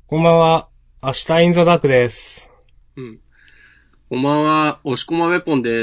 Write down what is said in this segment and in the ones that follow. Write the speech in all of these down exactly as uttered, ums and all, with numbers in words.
こんばんは。明日インザダークです。 うん。こんばんは。押し込まウェポンです。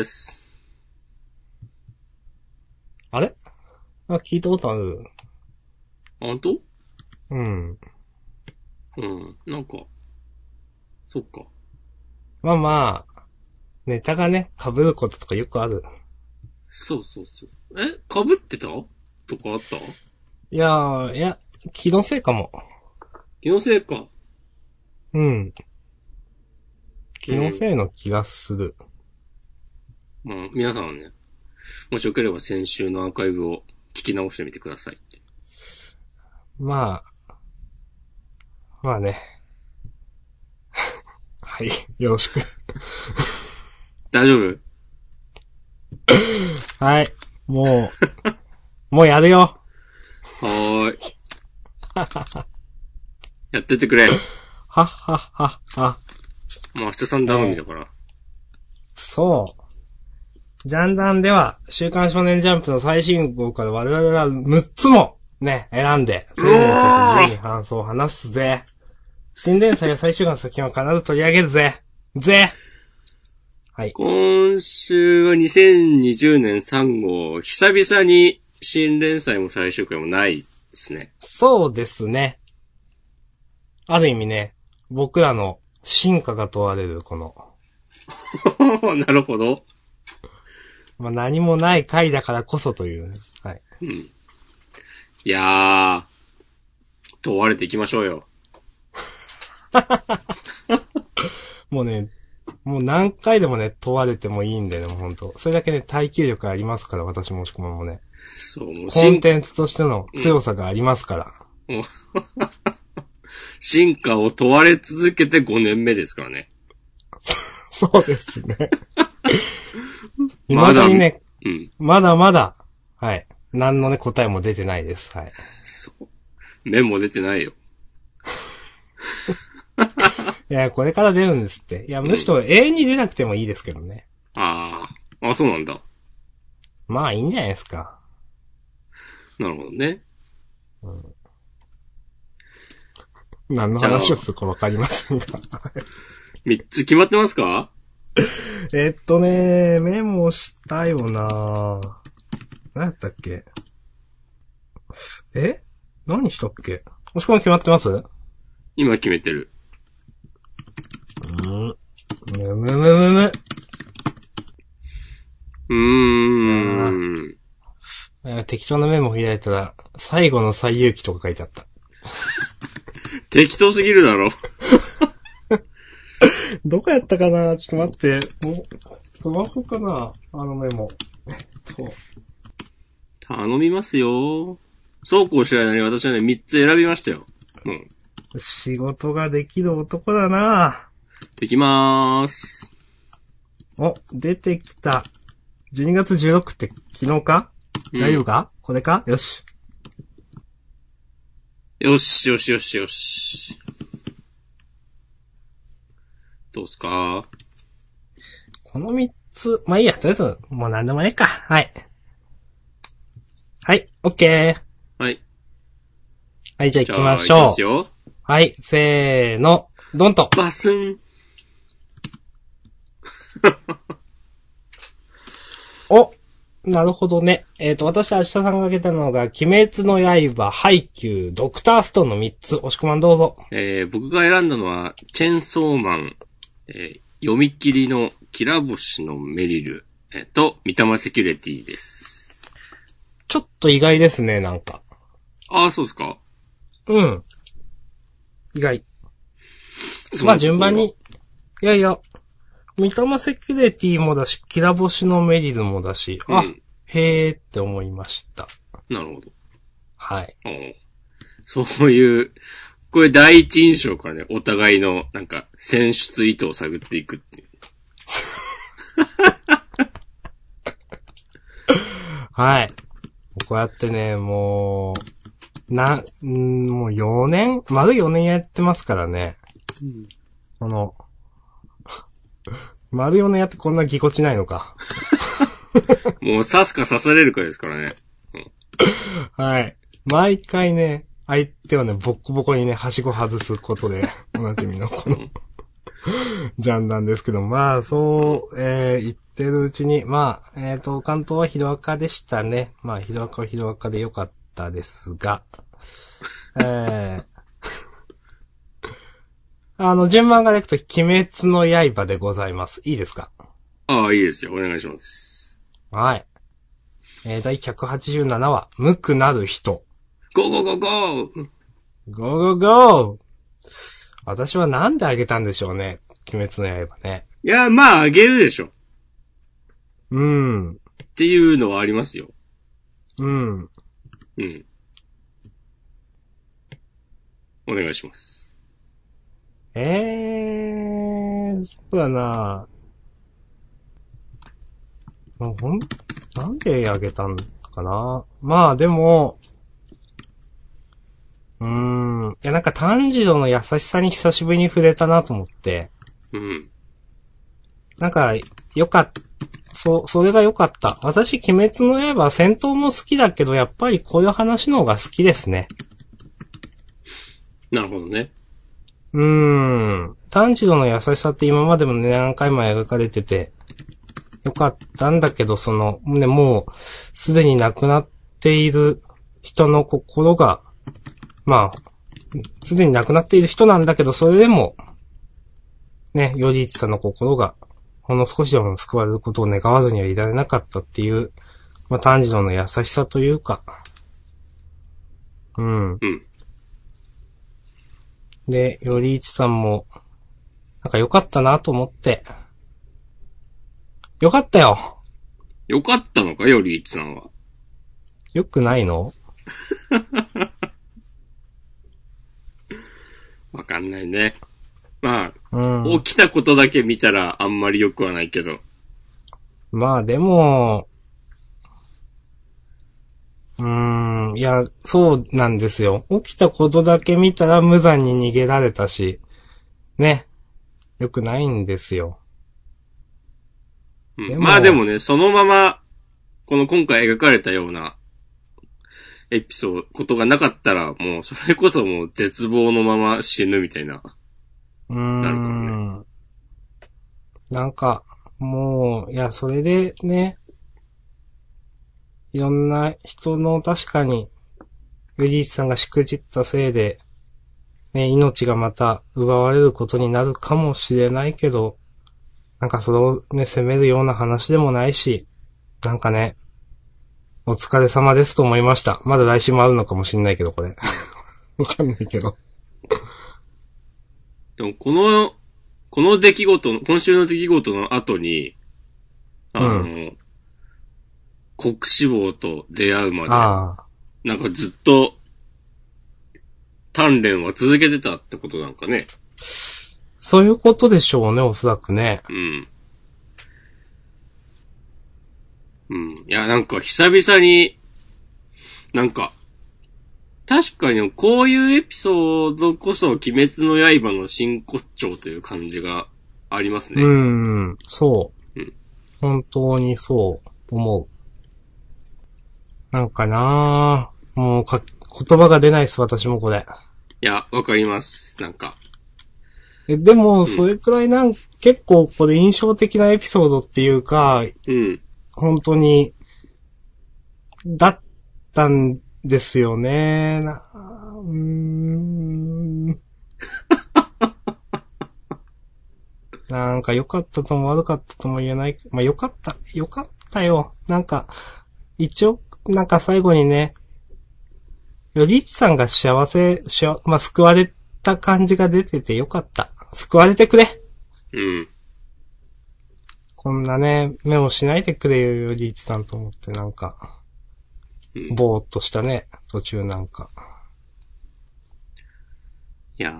あれあ、聞いたことある。 本当？ うん。 うん。なんか、そっか。 まあまあ、ネタがね、被ることとかよくある。 そうそうそう。え、被ってたとかあった？ いやー、いや、気のせいかも。 気のせいか。 うん。気のせいの気がする。 うん、まあ、皆さんね、もしよければ先週のアーカイブを聞き直してみてくださいって。 まあ、まあね。はい、よろしく。 大丈夫？ はい、もう、もうやるよ。 はーい。やってってくれ。 はっはっはっは。 もう明日さん頼みだから。えー、 そう。ジャンダンでは、週刊少年ジャンプの最新号から我々がむっつも、ね、選んで、青年について自由に感想を話すぜ。新連載や最終巻の作品は必ず取り上げるぜ。ぜ。はい。 今週はにせんにじゅうねんさん号、久々に新連載も最終回もないですね。 そうですね。ある意味ね、僕らの進化が問われるこの。 なるほど。 まあ、何もない回だからこそというね。はい。 うん。いやー、問われていきましょうよ。 もうね、もう何回でもね、問われてもいいんでね、もうほんと。それだけね、耐久力ありますから、私もしくもね。 そう、もうコンテンツとしての強さがありますから。 うん、進化を問われ続けてごねんめですからね。 そうですね。未だにね、うん、まだまだ、はい。何のね、答えも出てないです。はい。 そう。面も出てないよ。 いや、これから出るんですって。いや、むしろ永遠に出なくてもいいですけどね。 うん、ああ。あ、そうなんだ。 まあ、いいんじゃないですか。 なるほどね。 うん、何の話をするかわかりませんが。 三つ決まってますか？ えっとね、メモしたよなぁ。何やったっけ？え？何したっけ？もしくは決まってます？ 今決めてる。 うん。むむむむむ。 うーん。 適当なメモ開いたら、最後の最有機とか書いてあった。 適当すぎるだろ。 どこやったかな？ちょっと待って。もう、スマホかな？あのメモ。えっと。 頼みますよ。そうこう知らない間に私はね、三つ選びましたよ。うん。 仕事ができる男だな。 できまーす。 お、出てきた。じゅうにがつじゅうろくって昨日か？大丈夫か？うん、これか？よし。 よし、よし、よし、よし。どうすか？ この三つ、まあいいや、とりあえず、もう何でもいいか。はい。はい、オッケー。 はい。 はい、じゃあ行きましょう。 じゃあ行きますよ。 はい、せーの、ドンと。 バスン。 お、なるほどね。えっと、私、明日さんが挙げたのが、鬼滅の刃、ハイキュー、ドクターストーンのみっつ。押し込まんどうぞ。 えー、僕が選んだのは、チェンソーマン、えー、読み切りのキラ星のメリル、えー、と、三玉セキュリティです。 ちょっと意外ですね、なんか。 ああ、そうですか？ うん。意外。まあ、順番に。いやいや、三玉セキュリティもだし、キラ星のメリルもだし、うん、あ、へーって思いました。 なるほど。 はい。 そういう、これ第一印象からね、お互いの、なんか、選出意図を探っていくっていう。 はい。こうやってね、もう、な、んもうよねん丸よねんやってますからね。うん、この、丸よねんやってこんなぎこちないのか。 もう刺すか刺されるかですからね。 うん、はい。毎回ね、 相手をね、ボッコボコにね、はしご外すことで、おなじみのこの、ジャンなんですけど、まあ、そう、えー、言ってるうちに、まあ、えっと、関東はヒロアカでしたね。まあ、ヒロアカはヒロアカでよかったですが、えー、あの、順番がいくと、鬼滅の刃でございます。いいですか？ ああ、いいですよ。お願いします。 はい。えー、第ひゃくはちじゅうななわ、無くなる人。 ゴーゴーゴーゴーゴーゴーゴー私はなんであげたんでしょうね。鬼滅の刃ね。 いや、まあ、あげるでしょ。 うん。 っていうのはありますよ。 うん。 うん。お願いします。 えー、そうだなもうほん、なんであげたんかな。まあでも、うーん。いやなんか炭治郎の優しさに久しぶりに触れたなと思って。 うん。 なんか、よかった。そう、それが良かった。私、鬼滅の刃戦闘も好きだけど、やっぱりこういう話の方が好きですね。 なるほどね。 うーん。炭治郎の優しさって今までもね、何回も描かれてて、よかったんだけど、その、ね、もう、すでに亡くなっている人の心が、まあ、すでに亡くなっている人なんだけど、それでも、ね、よりいちさんの心が、ほんの少しでも救われることを願わずにはいられなかったっていう、まあ、炭治郎の優しさというか、うん。 うん。 で、よりいちさんも、なんか良かったなと思って、よかったよ。 よかったのかよ、リーチさんは。 よくないの？ わかんないね。まあ、 うん、 起きたことだけ見たらあんまり良くはないけど。 まあでも、うーん、いや、そうなんですよ。起きたことだけ見たら無残に逃げられたし、ね。よくないんですよ。 うん、 でもまあでもね、そのまま、この今回描かれたようなエピソード、ことがなかったら、もうそれこそもう絶望のまま死ぬみたいな。 うーん。なるからね。なんか、もう、いや、それでね、いろんな人の確かに、ウリースさんがしくじったせいで、ね、命がまた奪われることになるかもしれないけど、なんかそれをね、責めるような話でもないし、なんかね、お疲れ様ですと思いました。まだ来週もあるのかもしれないけど、これ。わかんないけど。 でもこの、この出来事、今週の出来事の後に、あの、うん、国志望と出会うまで、あなんかずっと、鍛錬は続けてたってことなんかね。 そういうことでしょうね、おそらくね。 うん。うん。いや、なんか久々に、なんか、確かにこういうエピソードこそ鬼滅の刃の真骨頂という感じがありますね。 うん、そう。 うん、 本当にそう思う。なんかなぁ、もうか、言葉が出ないです、私もこれ。 いや、わかります。なんか。 え、でも、それくらいなん、うん、結構これ印象的なエピソードっていうか、 うん。 本当に、だったんですよね。なうーんなんか良かったとも悪かったとも言えない。まあ良かった。良かったよ。なんか、一応、なんか最後にね、よりちさんが幸せ、しあまあ救われた感じが出てて良かった。救われてくれ。 うん。 こんなね、目をしないでくれよ、よりちさんと思ってなんか、うん、ぼーっとしたね、途中なんか。 いやー。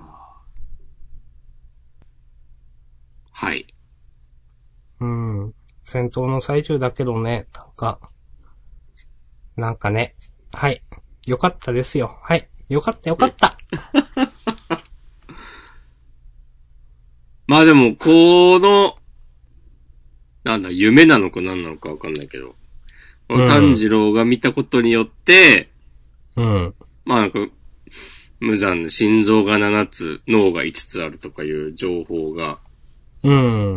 はい。 うん。戦闘の最中だけどね、なんか、なんかね、はい。よかったですよ。はい。よかったよかった。 まあでも、この、なんだ、夢なのか何なのかわかんないけど、この炭治郎が見たことによって、 うん。 まあなんか、 無残な心臓がななつ、脳がいつつあるとかいう情報が、 うん。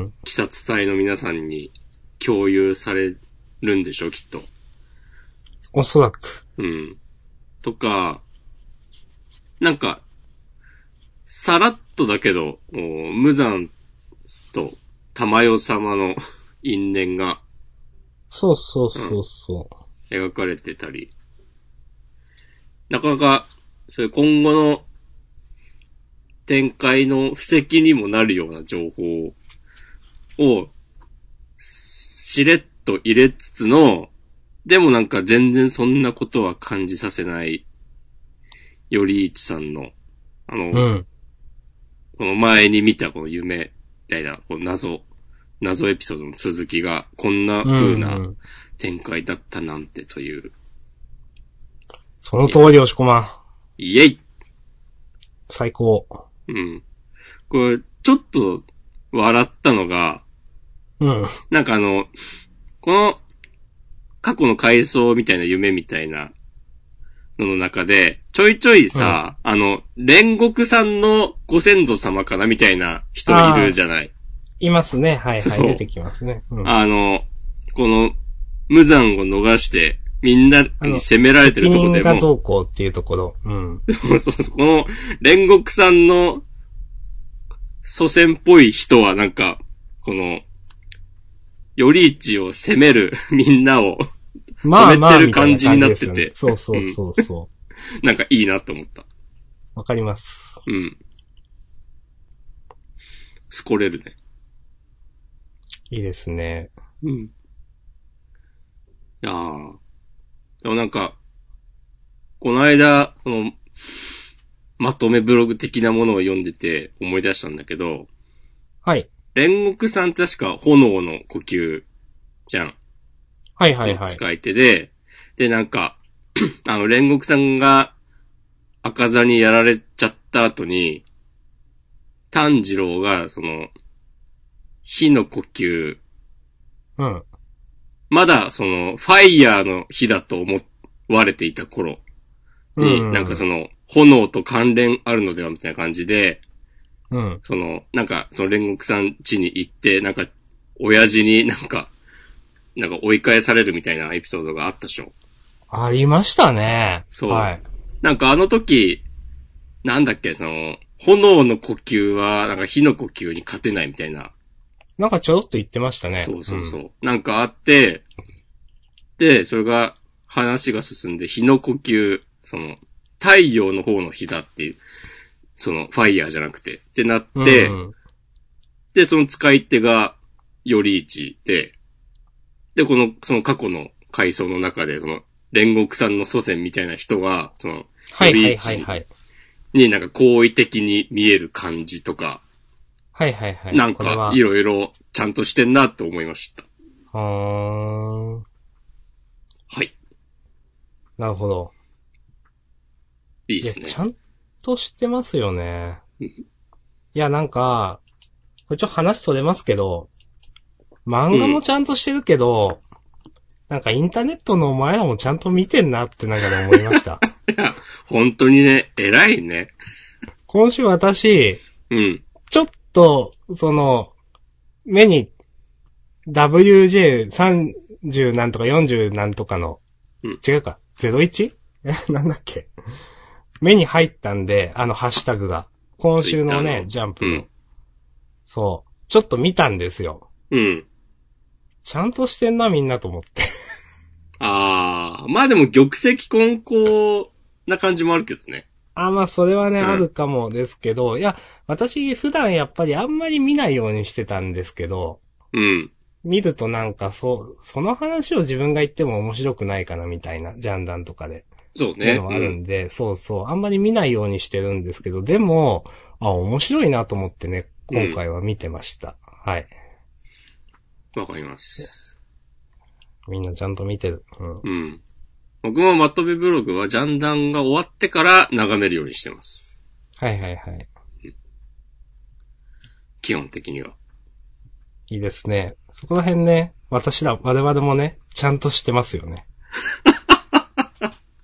鬼殺隊の皆さんに共有されるんでしょ、きっと。 おそらく。 うん。とか、なんか、さらっとだけど、無惨と玉代様の因縁が、 そうそうそうそう、 うん。描かれてたり。なかなか、それ今後の展開の布石にもなるような情報を、しれっと入れつつの、でもなんか全然そんなことは感じさせない、よりいちさんの、あの、 うん、 この前に見たこの夢みたいな、この謎、謎エピソードの続きが、こんな風な展開だったなんてという。うんうん、 その通り、押し込ま。 イェイ最高。 うん。これ、ちょっと笑ったのが、 うん。 なんかあの、この、過去の回想みたいな夢みたいなのの中で、ちょいちょいさ、うん、あの、煉獄さんのご先祖様かなみたいな人いるじゃない。 いますね。はいはい。出てきますね。 うん、あの、この、無惨を逃して、みんなに責められてるところでも。責任がどうこうっていうところ。うん。 そうそうそう。この、煉獄さんの、祖先っぽい人はなんか、この、よりいちを責めるみんなを、止めてる感じになってて。 そうそうそうそう。 うん、なんかいいなと思った。 わかります。 うん。すこれるね。 いいですね。 うん。いやー。でもなんか、この間、この、まとめブログ的なものを読んでて思い出したんだけど、 はい。 煉獄さん確か炎の呼吸じゃん。 はいはいはい。 使い手で、でなんか、あの煉獄さんが赤座にやられちゃった後に、炭治郎がその、火の呼吸、 うん。 まだその、ファイヤーの火だと思われていた頃に、うん、なんかその、炎と関連あるのではみたいな感じで、 うん。 その、なんか、その煉獄さん家に行って、なんか、親父になんか、なんか追い返されるみたいなエピソードがあったでしょ。 ありましたね。 そう。 はい。 なんかあの時、なんだっけ、その、炎の呼吸は、なんか火の呼吸に勝てないみたいな。 なんかちょろっと言ってましたね。 そうそうそう。うん、なんかあって、で、それが、話が進んで、火の呼吸、その、太陽の方の火だっていう、その、ファイヤーじゃなくて、ってなって、うんうん、で、その使い手が、よりいちで、で、この、その過去の回想の中で、その、煉獄さんの祖先みたいな人が、その、よりいちになんか好意的に見える感じとか、 はいはいはい。 なんか、いろいろちゃんとしてんなと思いました。 はーん。 はい。 なるほど。 いいですね。 ちゃんとしてますよね。いや、なんか、これちょっと話それますけど、漫画もちゃんとしてるけど、うん、なんかインターネットのお前らもちゃんと見てんなってなんかで思いました。 いや、本当にね、偉いね。 今週私、 うん。 ちょっと、その、目に ダブリュージェーさんじゅう なんとかよんじゅうなんとかの、うん、違うか ゼロいち？ え、なんだっけ目に入ったんで、あのハッシュタグが。今週のね、ジャンプの、うん。そう。ちょっと見たんですよ。 うん。 ちゃんとしてんな、みんなと思って。 あー。まあでも玉石混交な感じもあるけどね。 あ、まあそれはね、うん、あるかもですけど、いや、私普段やっぱりあんまり見ないようにしてたんですけど、 うん。 見るとなんかそう、その話を自分が言っても面白くないかなみたいな、ジャンダンとかで。 そうね。 のがあるんで、うん、そうそう、あんまり見ないようにしてるんですけど、でも、あ、面白いなと思ってね、今回は見てました。うん、はい。 わかります。 みんなちゃんと見てる。うん。 うん。僕もまとめブログはジャンダンが終わってから眺めるようにしてます。 はいはいはい。 うん、基本的には。 いいですね。そこら辺ね、私ら、我々もね、ちゃんとしてますよね。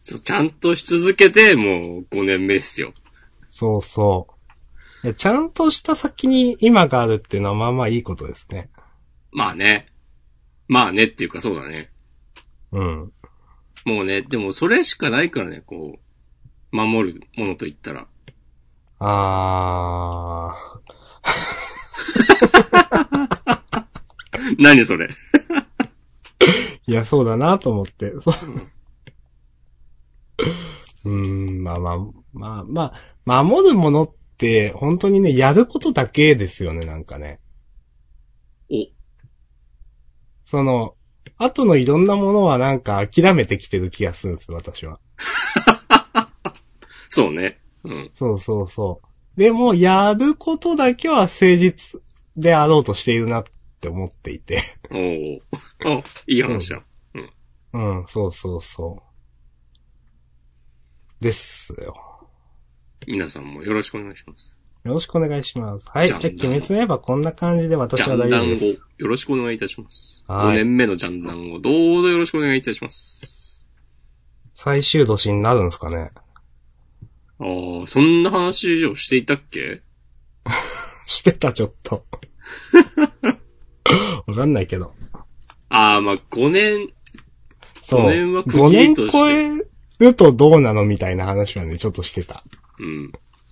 そう、ちゃんとし続けて、もうごねんめですよ。 そうそう。いやちゃんとした先に今があるっていうのはまあまあいいことですね。 まあね。まあねっていうかそうだね。 うん。 もうね、でもそれしかないからね、こう、守るものと言ったら。 あー。何それ。 いや、そうだなと思って。そう、うーん、まあまあ、まあまあ、守るものって本当にね、やることだけですよね、なんかね。 お。 その、後のいろんなものはなんか諦めてきてる気がするんですよ、私は。 そうね。うん。 そうそうそう。でも、やることだけは誠実であろうとしているなって思っていて。 おー。あ、いい話だ。うん。 うん、そうそうそう。ですよ。 皆さんもよろしくお願いします。 よろしくお願いします。はい。じゃあ、鬼滅の刃こんな感じで私は大丈夫です。 ジャンダンをよろしくお願いいたします。 はい。ごねんめのジャンダンをどうぞよろしくお願いいたします。 最終年になるんですかね。 ああ、そんな話をしていたっけしてた、ちょっと。わかんないけど。 ああ、まあ、ごねん。 そう。 ごねんは区切りとして。 ごねん超えるとどうなのみたいな話はね、ちょっとしてた。 うん。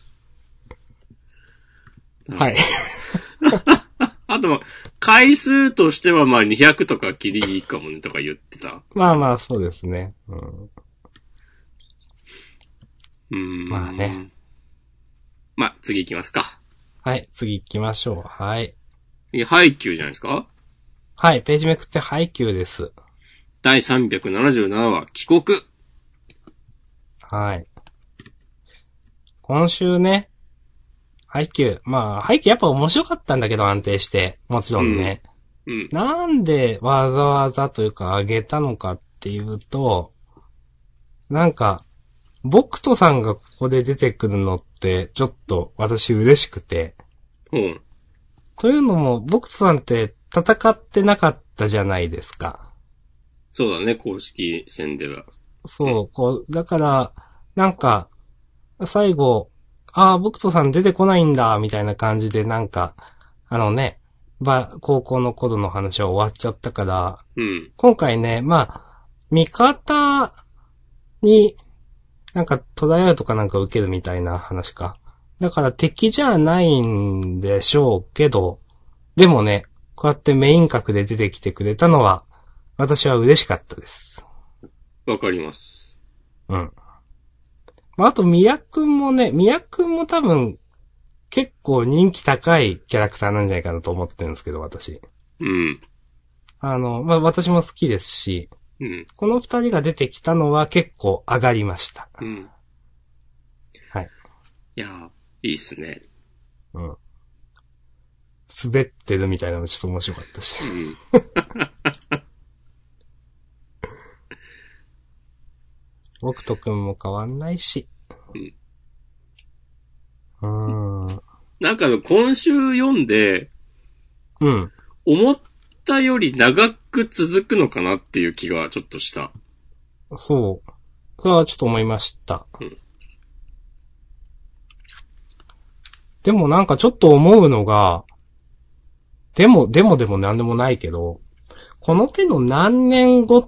はい。 あとは、回数としてはまあにひゃくとか切りいいかもねとか言ってた。 まあまあ、そうですね。うん。 うーん。 まあね。 まあ、次行きますか。 はい、次行きましょう。はい。 ハイキューじゃないですか？ はい、ページめくってハイキューです。 だいさんびゃくななじゅうななわ、帰国。 はい。今週ね、ハイキュー。まあ、ハイキューやっぱ面白かったんだけど安定して。もちろんね。 うん。うん、 なんでわざわざというか上げたのかっていうと、なんか、ボクトさんがここで出てくるのって、ちょっと私嬉しくて。 うん。 というのも、ボクトさんって戦ってなかったじゃないですか。 そうだね、公式戦では。 そう、こう、だから、なんか、最後、ああ、ボクトさん出てこないんだ、みたいな感じで、なんか、あのね、ば、高校の頃の話は終わっちゃったから、 うん。 今回ね、まあ、味方に、なんかトライアウトかなんか受けるみたいな話か。だから敵じゃないんでしょうけど、でもね、こうやってメイン格で出てきてくれたのは、私は嬉しかったです。 わかります。 うん。まあ、あと、宮くんもね、宮くんも多分、結構人気高いキャラクターなんじゃないかなと思ってるんですけど、私。 うん。 あの、まあ、私も好きですし、 うん。 この二人が出てきたのは結構上がりました。 うん。 はい。 いや、いいっすね。 うん。滑ってるみたいなのちょっと面白かったし。 うん。 僕とくんも変わんないし。うん。うーん。 なんか今週読んで、 うん。 思ったより長く続くのかなっていう気がちょっとした。 そう。それはちょっと思いました。 うん。 でもなんかちょっと思うのが、でも、でもでもなんでもないけど、この手の何年後って、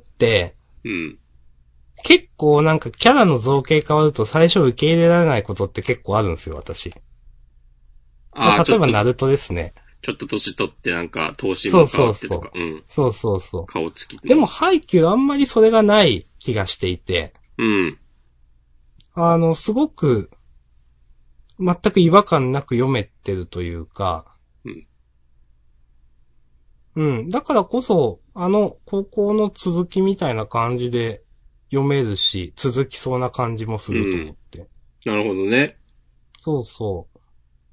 うん。 結構なんかキャラの造形変わると最初受け入れられないことって結構あるんですよ、私。 ああ、 例えばナルトですね。 ちょっと年取ってなんか、頭身も変わってとか。 そうそうそう。 うん。 そうそうそう。 顔つきでも、ハイキューあんまりそれがない気がしていて。 うん。 あの、すごく、全く違和感なく読めてるというか。 うん。 うん。だからこそ、あの、高校の続きみたいな感じで読めるし、続きそうな感じもすると思って。うん、 なるほどね。 そうそう。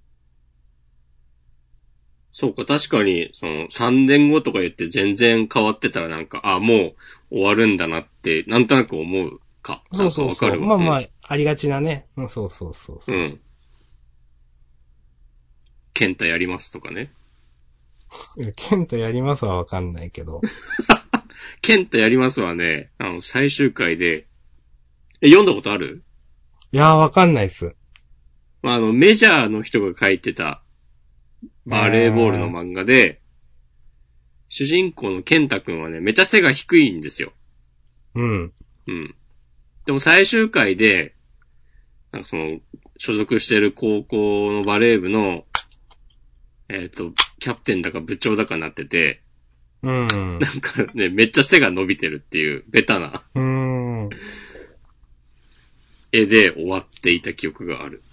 そうか、確かに、その、さんねんごとか言って全然変わってたらなんか、あ、もう終わるんだなって、なんとなく思うか。 そうそうそう。 なんかわかるわ。 まあまあ、うん、ありがちなね。うん、そうそうそうそう。 うん。ケンタやりますとかね。 ケンタやりますはわかんないけど。 ケンタやりますはね、あの、最終回で、 え、読んだことある？ いやーわかんないっす。 まあ、あの、メジャーの人が書いてた、バレーボールの漫画で、主人公のケンタ君はね、めちゃ背が低いんですよ。 うん。 うん。でも最終回で、なんかその、所属してる高校のバレー部の、えっと、キャプテンだか部長だかなってて、 うん。 なんかね、めっちゃ背が伸びてるっていう、ベタな、 うん。 絵で終わっていた記憶がある。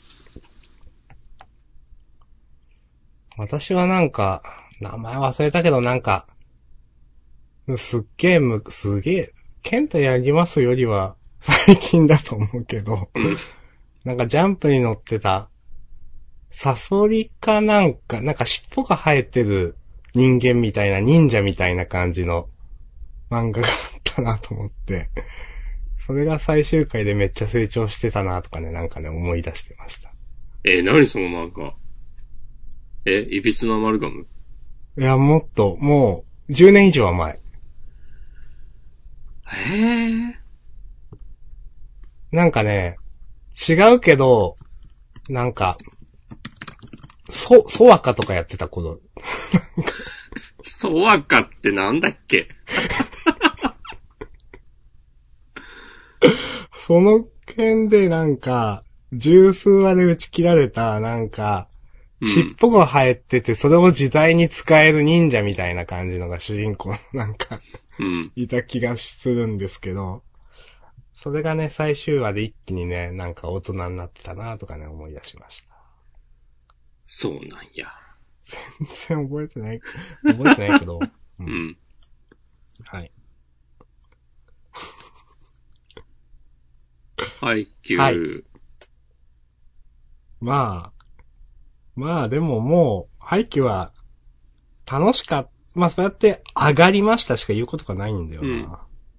私はなんか、名前忘れたけどなんか、すっげえむ、すげえ、ケンタやりますよりは最近だと思うけど、なんかジャンプに乗ってた、サソリかなんか、なんか尻尾が生えてる人間みたいな、忍者みたいな感じの漫画があったなと思って、それが最終回でめっちゃ成長してたなとかね、なんかね、思い出してました。 えー、何その漫画？え、いびつのアマルガム？ いや、もっと、もう、じゅうねん以上は前。 へえ。 なんかね、違うけど、なんか、そ、ソワカとかやってた頃。 ソワカってなんだっけ？ その件でなんか、十数話で打ち切られた、なんか、尻尾が生えてて、それを自在に使える忍者みたいな感じのが主人公のなんか、 うん、 いた気がするんですけど、それがね、最終話で一気にね、なんか大人になってたなとかね、思い出しました。 そうなんや。 全然覚えてない、覚えてないけど。 うん。うん、 はい。 はい、きゅう。 はい。まあ、まあでももう、廃棄は楽しかった。まあそうやって上がりましたしか言うことがないんだよな。うん、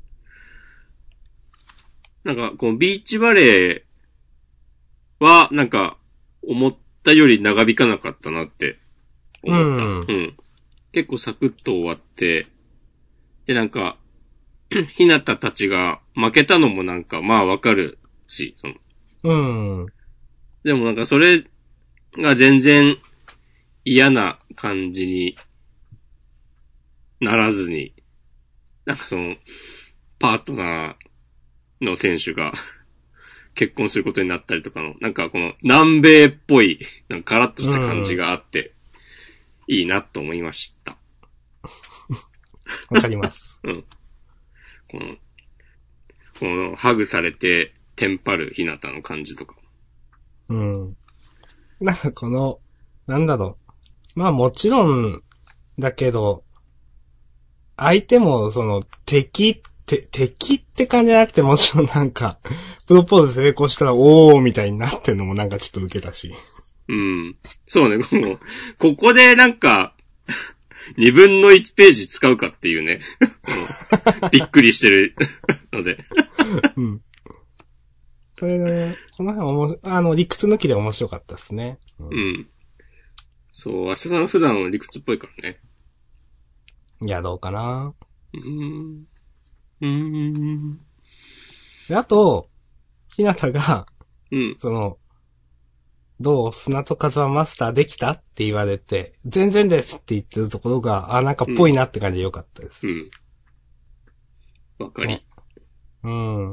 なんか、このビーチバレーは、なんか、思ったより長引かなかったなって思った。うん。うん、結構サクッと終わって、でなんか、ひなたたちが負けたのもなんか、まあわかるし、その。 うん。 でもなんかそれが全然嫌な感じにならずに、なんかその、パートナーの選手が結婚することになったりとかの、なんかこの南米っぽい、なんかカラッとした感じがあって、いいなと思いました。 わかります。 うん。この、このハグされてテンパるひなたの感じとか。 うん。なんかこの、なんだろう。まあもちろん、だけど、相手もその敵って、敵って感じじゃなくてもちろんなんか、プロポーズ成功したらおーみたいになってんのもなんかちょっと受けたし。 うん。そうね、もう、ここでなんか、二分の一ページ使うかっていうね。びっくりしてるので。 うん。それでね、この辺おも、あの、理屈抜きで面白かったですね。 うん。うん、そう、明日さん普段は理屈っぽいからね。 いや、どうかな。 うーん。うーん。 で、あと、ひなたが、 うん。 その、どう砂と風はマスターできたって言われて、全然ですって言ってるところが、あ、なんかっぽいなって感じでよかったです。 うん。わ、うん、かり、ね。 うん。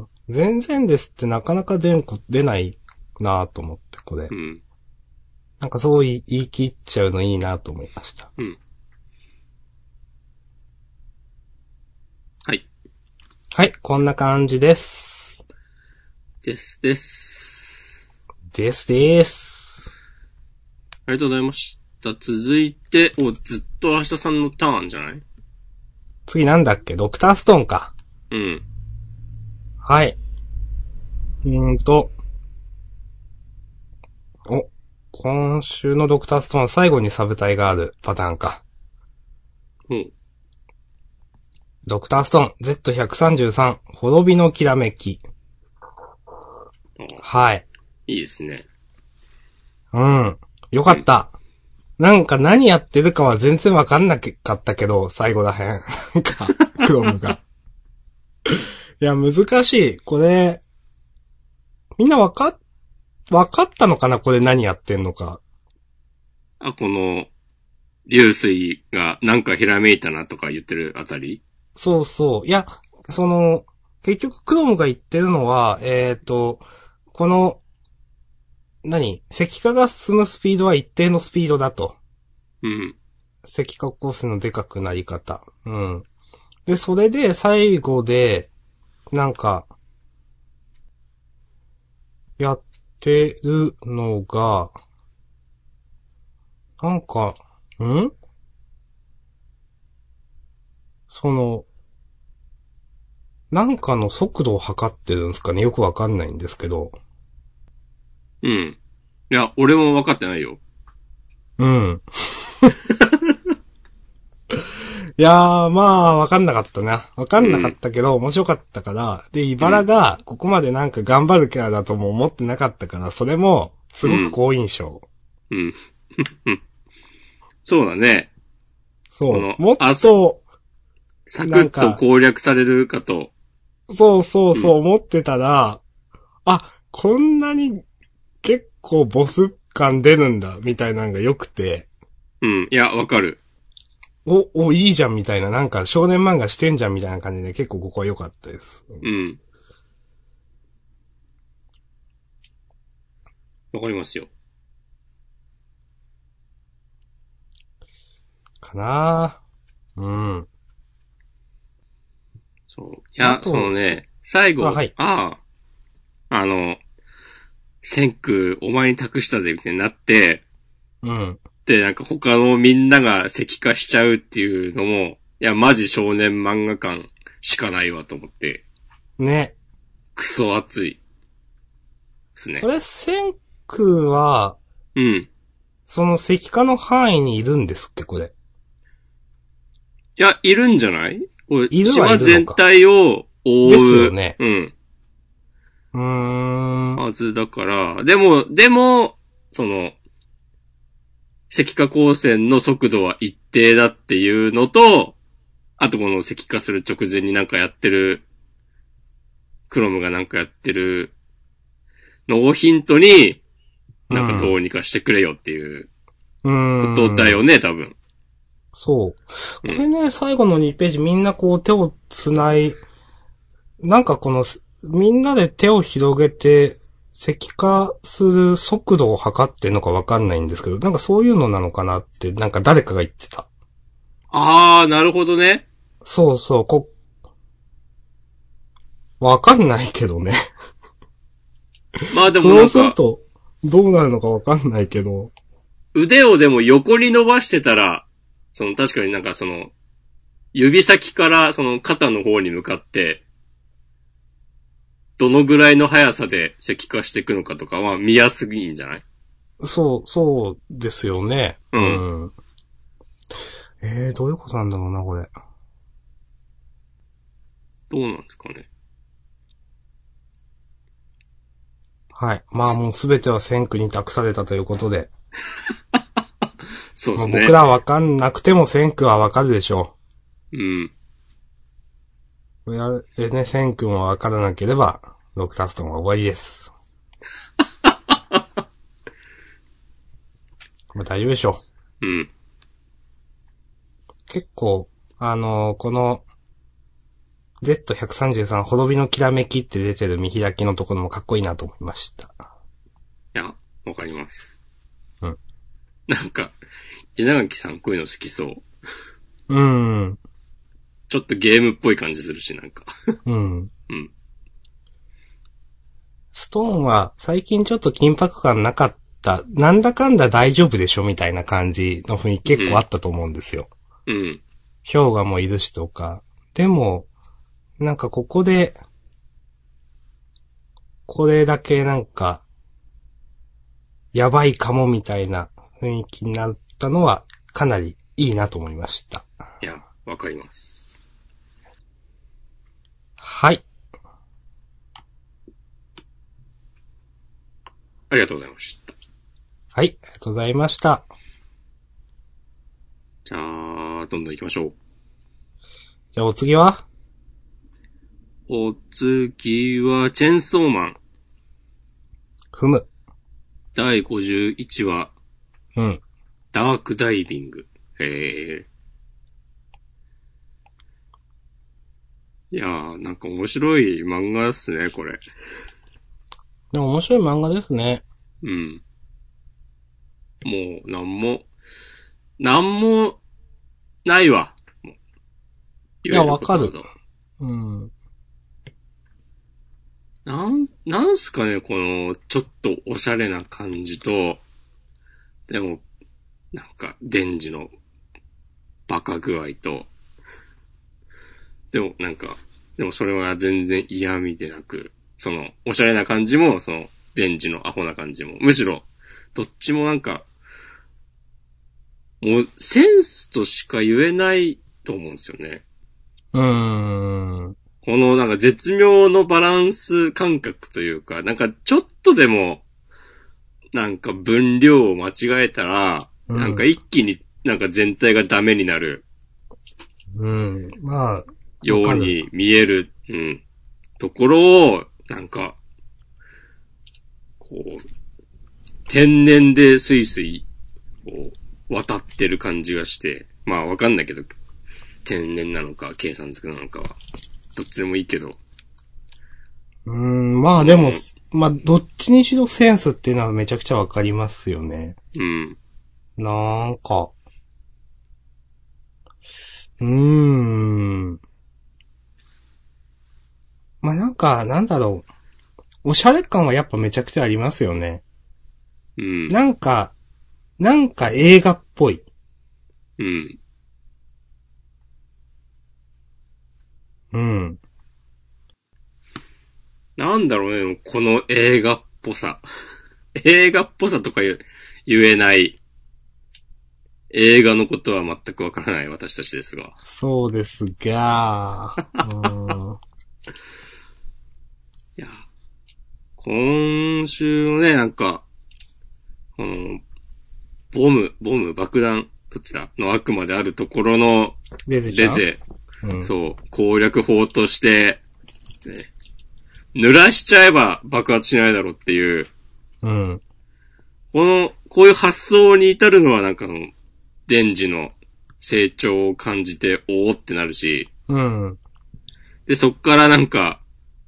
全然ですってなかなか出んこ、出ないなぁと思って、これ。 うん。 なんかそう言い切っちゃうのいいなと思いました。 うん。はい。 はい、こんな感じです。 ですです。 ですです。 ありがとうございました。続いて、お、ずっと明日さんのターンじゃない？ 次なんだっけ？ドクターストーンか。 うん。 はい。うーんと。お、今週のドクターストーン最後にサブタイがあるパターンか。 うん。 ドクターストーン ゼットひゃくさんじゅうさん 滅びのきらめき。はい。 いいですね。 うん。よかった。うん、なんか何やってるかは全然わかんなかったけど、最後らへん。なんか、クロムが。いや、難しい。これ、 みんなわか、わかったのかなこれ何やってんのか。 あ、この、流水がなんかひらめいたなとか言ってるあたり？ そうそう。いや、その、結局クロムが言ってるのは、えっと、この、何石化が進むスピードは一定のスピードだと。 うん。 石化光線のでかくなり方。うん。で、それで最後で、なんか、やってるのが、なんか、んその、なんかの速度を測ってるんですかねよくわかんないんですけど。 うん。いや、俺も分かってないよ。 うん。いやー、まあ、わかんなかったな。わかんなかったけど、面白かったから、で、茨が、ここまでなんか頑張るキャラだとも思ってなかったから、それも、すごく好印象。 うん。そうだね。 そう。 このもっあすと、 サクッと攻略されるかと。 そうそうそう思ってたら、あ、こんなに結構ボス感出るんだ、みたいなのが良くて、 うん。いや、わかる。 お、お、いいじゃんみたいな、なんか少年漫画してんじゃんみたいな感じで結構ここは良かったです。 うん。わかりますよ。 かなぁ。うん。 そう。いや、そのね、最後、 あ、はい。 ああ、あの、千空お前に託したぜ、みたいになって、 うん。 で、なんか他のみんなが石化しちゃうっていうのも、いや、マジ少年漫画感しかないわと思って、 ね。 クソ熱い。ですねこ。れ、千空は、 うん。 その石化の範囲にいるんですっけ、これ。 いや、いるんじゃないこれいるはいるのか島全体を覆う。 ですよね。 うん。 うーん。 はずだから、でも、でも、その、石化光線の速度は一定だっていうのと、あとこの石化する直前になんかやってる、クロムがなんかやってるのをヒントに、なんかどうにかしてくれよっていうことだよね、多分。 そう。これね、うん、最後のにページみんなこう手を繋い、なんかこの、みんなで手を広げて、石化する速度を測ってんのかわかんないんですけど、なんかそういうのなのかなって、なんか誰かが言ってた。 あー、なるほどね。 そうそう、こ、わかんないけどね。 まあでもなんか。 そうすると、どうなるのかわかんないけど。 腕をでも横に伸ばしてたら、その確かになんかその、指先からその肩の方に向かって、どのぐらいの速さで石化していくのかとかは見やすいんじゃない？ そう、そうですよね。 うん。うん、 えー、どういうことなんだろうな、これ。 どうなんですかね。 はい。まあもうすべては千空に託されたということで。 そうですね。 僕らわかんなくても千空はわかるでしょう。うん。 これでね、千空もわからなければ、ロクタストンは終わりです。まあ大丈夫でしょう。うん。 結構、あのー、この、ゼットひゃくさんじゅうさん 滅びのきらめきって出てる見開きのところもかっこいいなと思いました。 いや、わかります。 うん。 なんか、稲垣さんこういうの好きそう。 うん。 ちょっとゲームっぽい感じするし、なんか。 うん。うん。ストーンは最近ちょっと緊迫感なかった。なんだかんだ大丈夫でしょみたいな感じの雰囲気結構あったと思うんですよ。 うん。うん。 氷河もいるしとか。でも、なんかここで、これだけなんか、やばいかもみたいな雰囲気になったのはかなりいいなと思いました。 いや、わかります。 はい。 ありがとうございました。 はい、ありがとうございました。 じゃあ、どんどん行きましょう。 じゃあお次はお次は、チェンソーマン。 ふむ。 だいごじゅういちわ。 うん。 ダークダイビング。へえ。いやー、なんか面白い漫画ですね、これ。 でも面白い漫画ですね。 うん。もう、なんも、なんも、ないわ。 いや、わかる。うん。 なん、なんすかね、この、ちょっとおしゃれな感じと、でも、なんか、デンジのバカ具合と、でもなんか、でもそれは全然嫌味でなく、その、おしゃれな感じも、その、デンジのアホな感じも、むしろ、どっちもなんか、もう、センスとしか言えないと思うんですよね。 うーん。 このなんか絶妙のバランス感覚というか、なんかちょっとでも、なんか分量を間違えたら、うん、なんか一気になんか全体がダメになる。 うん。まあ。 ように見える、うん。ところを、なんか、こう、天然でスイスイ、こう、渡ってる感じがして、まあわかんないけど、天然なのか計算づくなのかは、どっちでもいいけど。 うーん、まあでも、うん、まあどっちにしろセンスっていうのはめちゃくちゃわかりますよね。 うん。 なんか、うーん。まあなんか、なんだろう。おしゃれ感はやっぱめちゃくちゃありますよね。 うん。 なんか、なんか映画っぽい。 うん。 うん。 なんだろうね、この映画っぽさ。映画っぽさとか言言えない。映画のことは全くわからない私たちですが。 そうですが、うんいや、今週のね、なんか、この、ボム、ボム、爆弾、どっちだの悪魔であるところの、 レゼちゃん。 レゼ、 うん、 そう、攻略法として、ね、濡らしちゃえば爆発しないだろうっていう、 うん。 この、こういう発想に至るのはなんかの、デンジの成長を感じて、おーってなるし、 うん。 で、そっからなんか、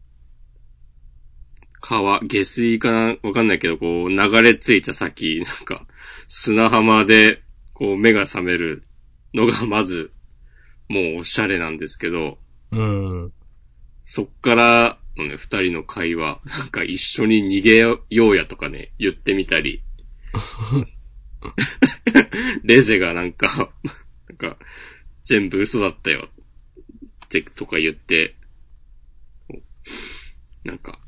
川、下水かなわかんないけど、こう、流れ着いた先、なんか、砂浜で、こう、目が覚めるのが、まず、もうおしゃれなんですけど、 うん。 そっからのね、二人の会話、なんか一緒に逃げようやとかね、言ってみたり、レゼがなんか、なんか、全部嘘だったよ、ってとか言って、なんか、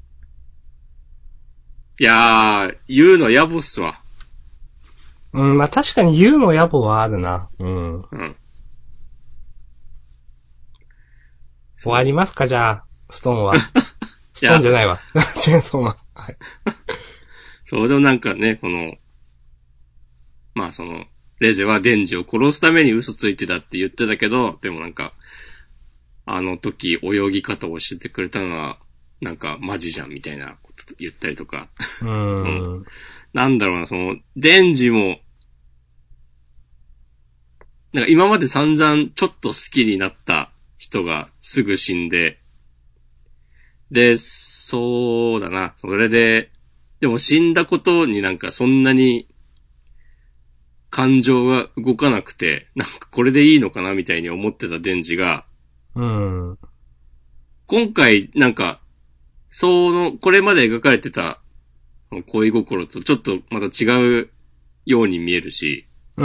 いやー、言うの野暮っすわ。 うん、まあ確かに言うの野暮はあるな。うん。うん。終わりますかじゃあ、ストーンは。ストーンじゃないわ。チェーンソーマン。はい。 そう、でもなんかね、この、まあその、レゼはデンジを殺すために嘘ついてたって言ってたけど、でもなんか、あの時泳ぎ方を教えてくれたのは、なんかマジじゃんみたいなこと言ったりとか。 うーん。 なんだろうな、その、デンジも、なんか今まで散々ちょっと好きになった人がすぐ死んで、で、そうだな、それで、でも死んだことになんかそんなに感情が動かなくて、なんかこれでいいのかなみたいに思ってたデンジが、 うん。 今回なんか、その、これまで描かれてた恋心とちょっとまた違うように見えるし、 うん。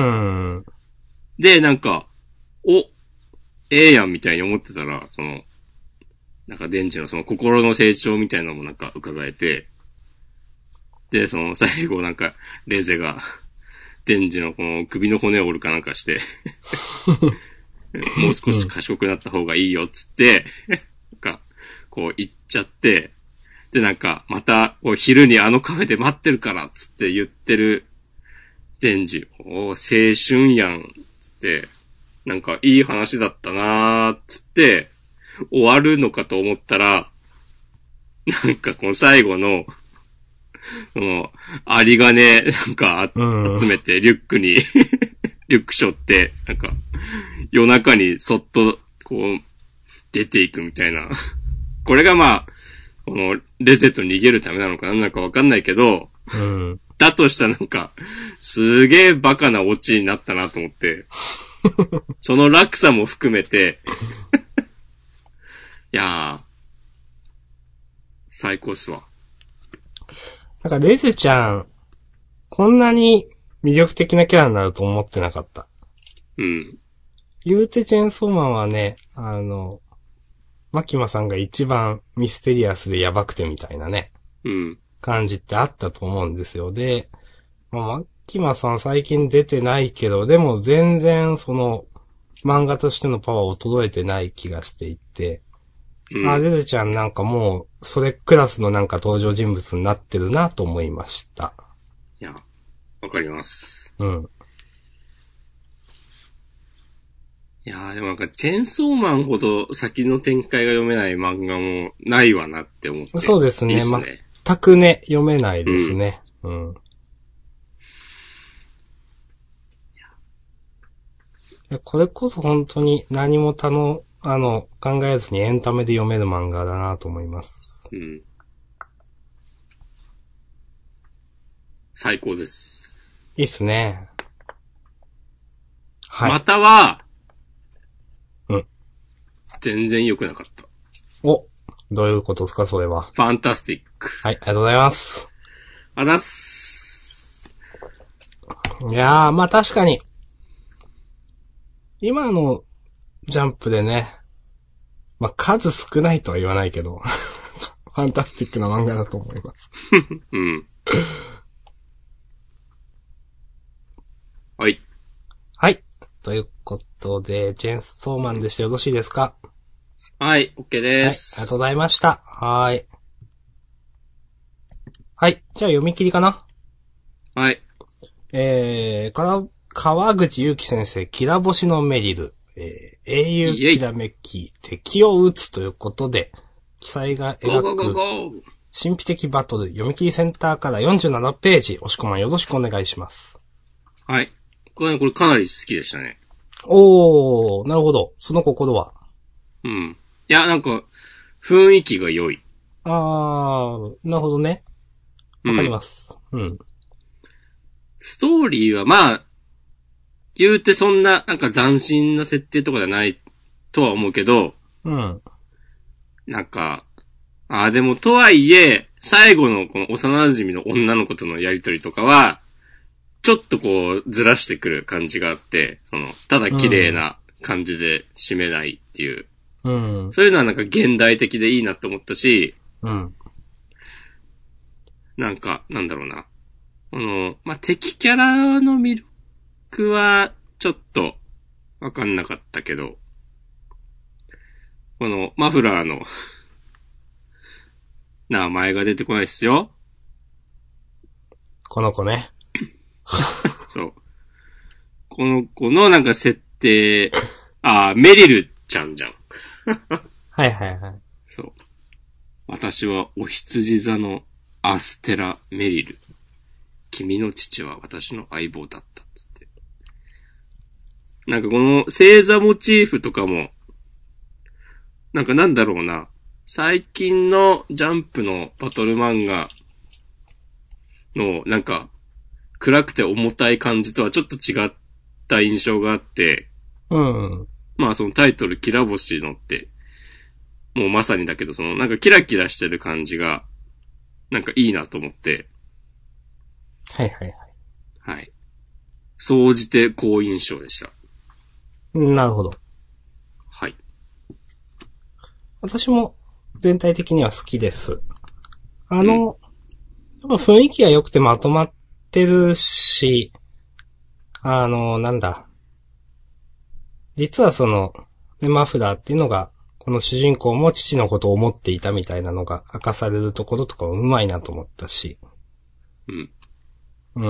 で、なんか、お、ええやんみたいに思ってたら、その、なんかデンジのその心の成長みたいなのもなんか伺えて、で、その最後なんか、レゼが、デンジのこの首の骨を折るかなんかして、もう少し賢くなった方がいいよっつって、なんか、こう言っちゃって、でなんか、また、こう昼にあのカフェで待ってるからっつって言ってる、デンジ、お青春やん、つって、なんかいい話だったなー、つって、終わるのかと思ったら、なんかこの最後の、 その、有り金、なんか、集めて、リュックに、リュック背負って、なんか、夜中にそっと、こう、出ていくみたいな。これがまあ、この、レゼと逃げるためなのか何なのかわかんないけど、 うん、 だとしたらなんか、すげえバカなオチになったなと思って、その落差も含めて、いやー、最高っすわ。 なんかレゼちゃん、こんなに魅力的なキャラになると思ってなかった。 うん。 言うてチェーンソーマンはね、あの、マキマさんが一番ミステリアスでやばくてみたいなね。 うん。 感じってあったと思うんですよ。で、まあ、マキマさん最近出てないけど、でも全然その、漫画としてのパワーを届えてない気がしていて、うん、あ、レゼちゃんなんかもう、それクラスのなんか登場人物になってるなと思いました。 いや、わかります。 うん。 いやーでもなんか、チェーンソーマンほど先の展開が読めない漫画もないわなって思って。 そうですね。 いいっすね。 全くね、読めないですね。うん。うん、いやこれこそ本当に何もたの、あの、考えずにエンタメで読める漫画だなと思います。 うん。最高です。 いいっすね。はい。 または、 うん。 全然良くなかった。 お、どういうことですか、それは。 ファンタスティック。 はい、ありがとうございます。 あざっす。 いやー、まあ確かに。今のジャンプでね、まあ数少ないとは言わないけど、ファンタスティックな漫画だと思います。 うん。はい。 はい。ということで、チェーンソーマンでしてよろしいですか？ はい、OK です。 はい、ありがとうございました。はーい。はい。じゃあ読み切りかな？ はい。 えー、から、川口祐希先生、きら星のメリル、えー、英雄きらめき、敵を撃つということで、記載が描く、神秘的バトル、読み切りセンターからよんじゅうななページ、押し込まんよろしくお願いします。 はい。これ、これかなり好きでしたね。 おー、なるほど。その心は？ うん。いや、なんか、雰囲気が良い。 あー、なるほどね。わかります。うん。うん、 ストーリーは、まあ、言うてそんな、なんか斬新な設定とかじゃないとは思うけど、 うん。 なんか、ああ、でもとはいえ、最後のこの幼馴染の女の子とのやりとりとかは、ちょっとこう、ずらしてくる感じがあって、その、ただ綺麗な感じで締めないっていう。 うん。 そういうのはなんか現代的でいいなって思ったし、 うん。 なんか、なんだろうな。この、まあ、敵キャラの魅力は、ちょっと、わかんなかったけど、この、マフラーの、名前が出てこないっすよ。 この子ね。 そう。この子のなんか設定、あー、メリルちゃんじゃん。 はいはいはい。 そう。私はお羊座のアステラ・メリル。君の父は私の相棒だったっつって。なんかこの星座モチーフとかも、なんかなんだろうな。最近のジャンプのバトル漫画のなんか暗くて重たい感じとはちょっと違った印象があって、 うん。 まあそのタイトルキラ星のって、もうまさにだけどそのなんかキラキラしてる感じが、なんかいいなと思って。 はいはいはい。 はい。総じて好印象でした。 なるほど。 はい。 私も全体的には好きです。あの、うん、やっぱ雰囲気が良くてまとまってるし、あの、なんだ。実はその、ね、マフラーっていうのが、この主人公も父のことを思っていたみたいなのが明かされるところとかうまいなと思ったし。 うん。 うん。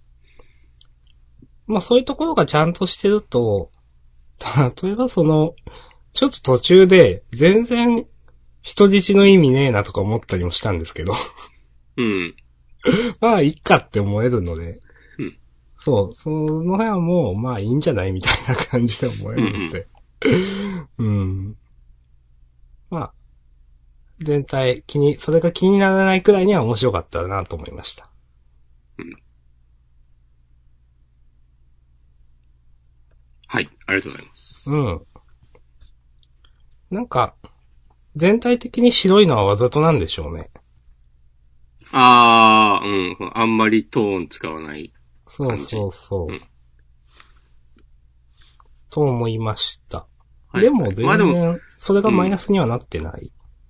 まあそういうところがちゃんとしてると、例えばその、ちょっと途中で全然人質の意味ねえなとか思ったりもしたんですけど。 うん。 まあ、いいかって思えるので。 うん。 そう、その辺はもう、まあいいんじゃないみたいな感じで思えるので。うん、うん。まあ、全体気に、それが気にならないくらいには面白かったなと思いました。 うん。はい、ありがとうございます。 うん。なんか、全体的に白いのはわざとなんでしょうね。 あー、うん。あんまりトーン使わないそう感じ。 そうそう。 うん、 と思いました。 はい、 でも全まあでも然、それがマイナスにはなってない。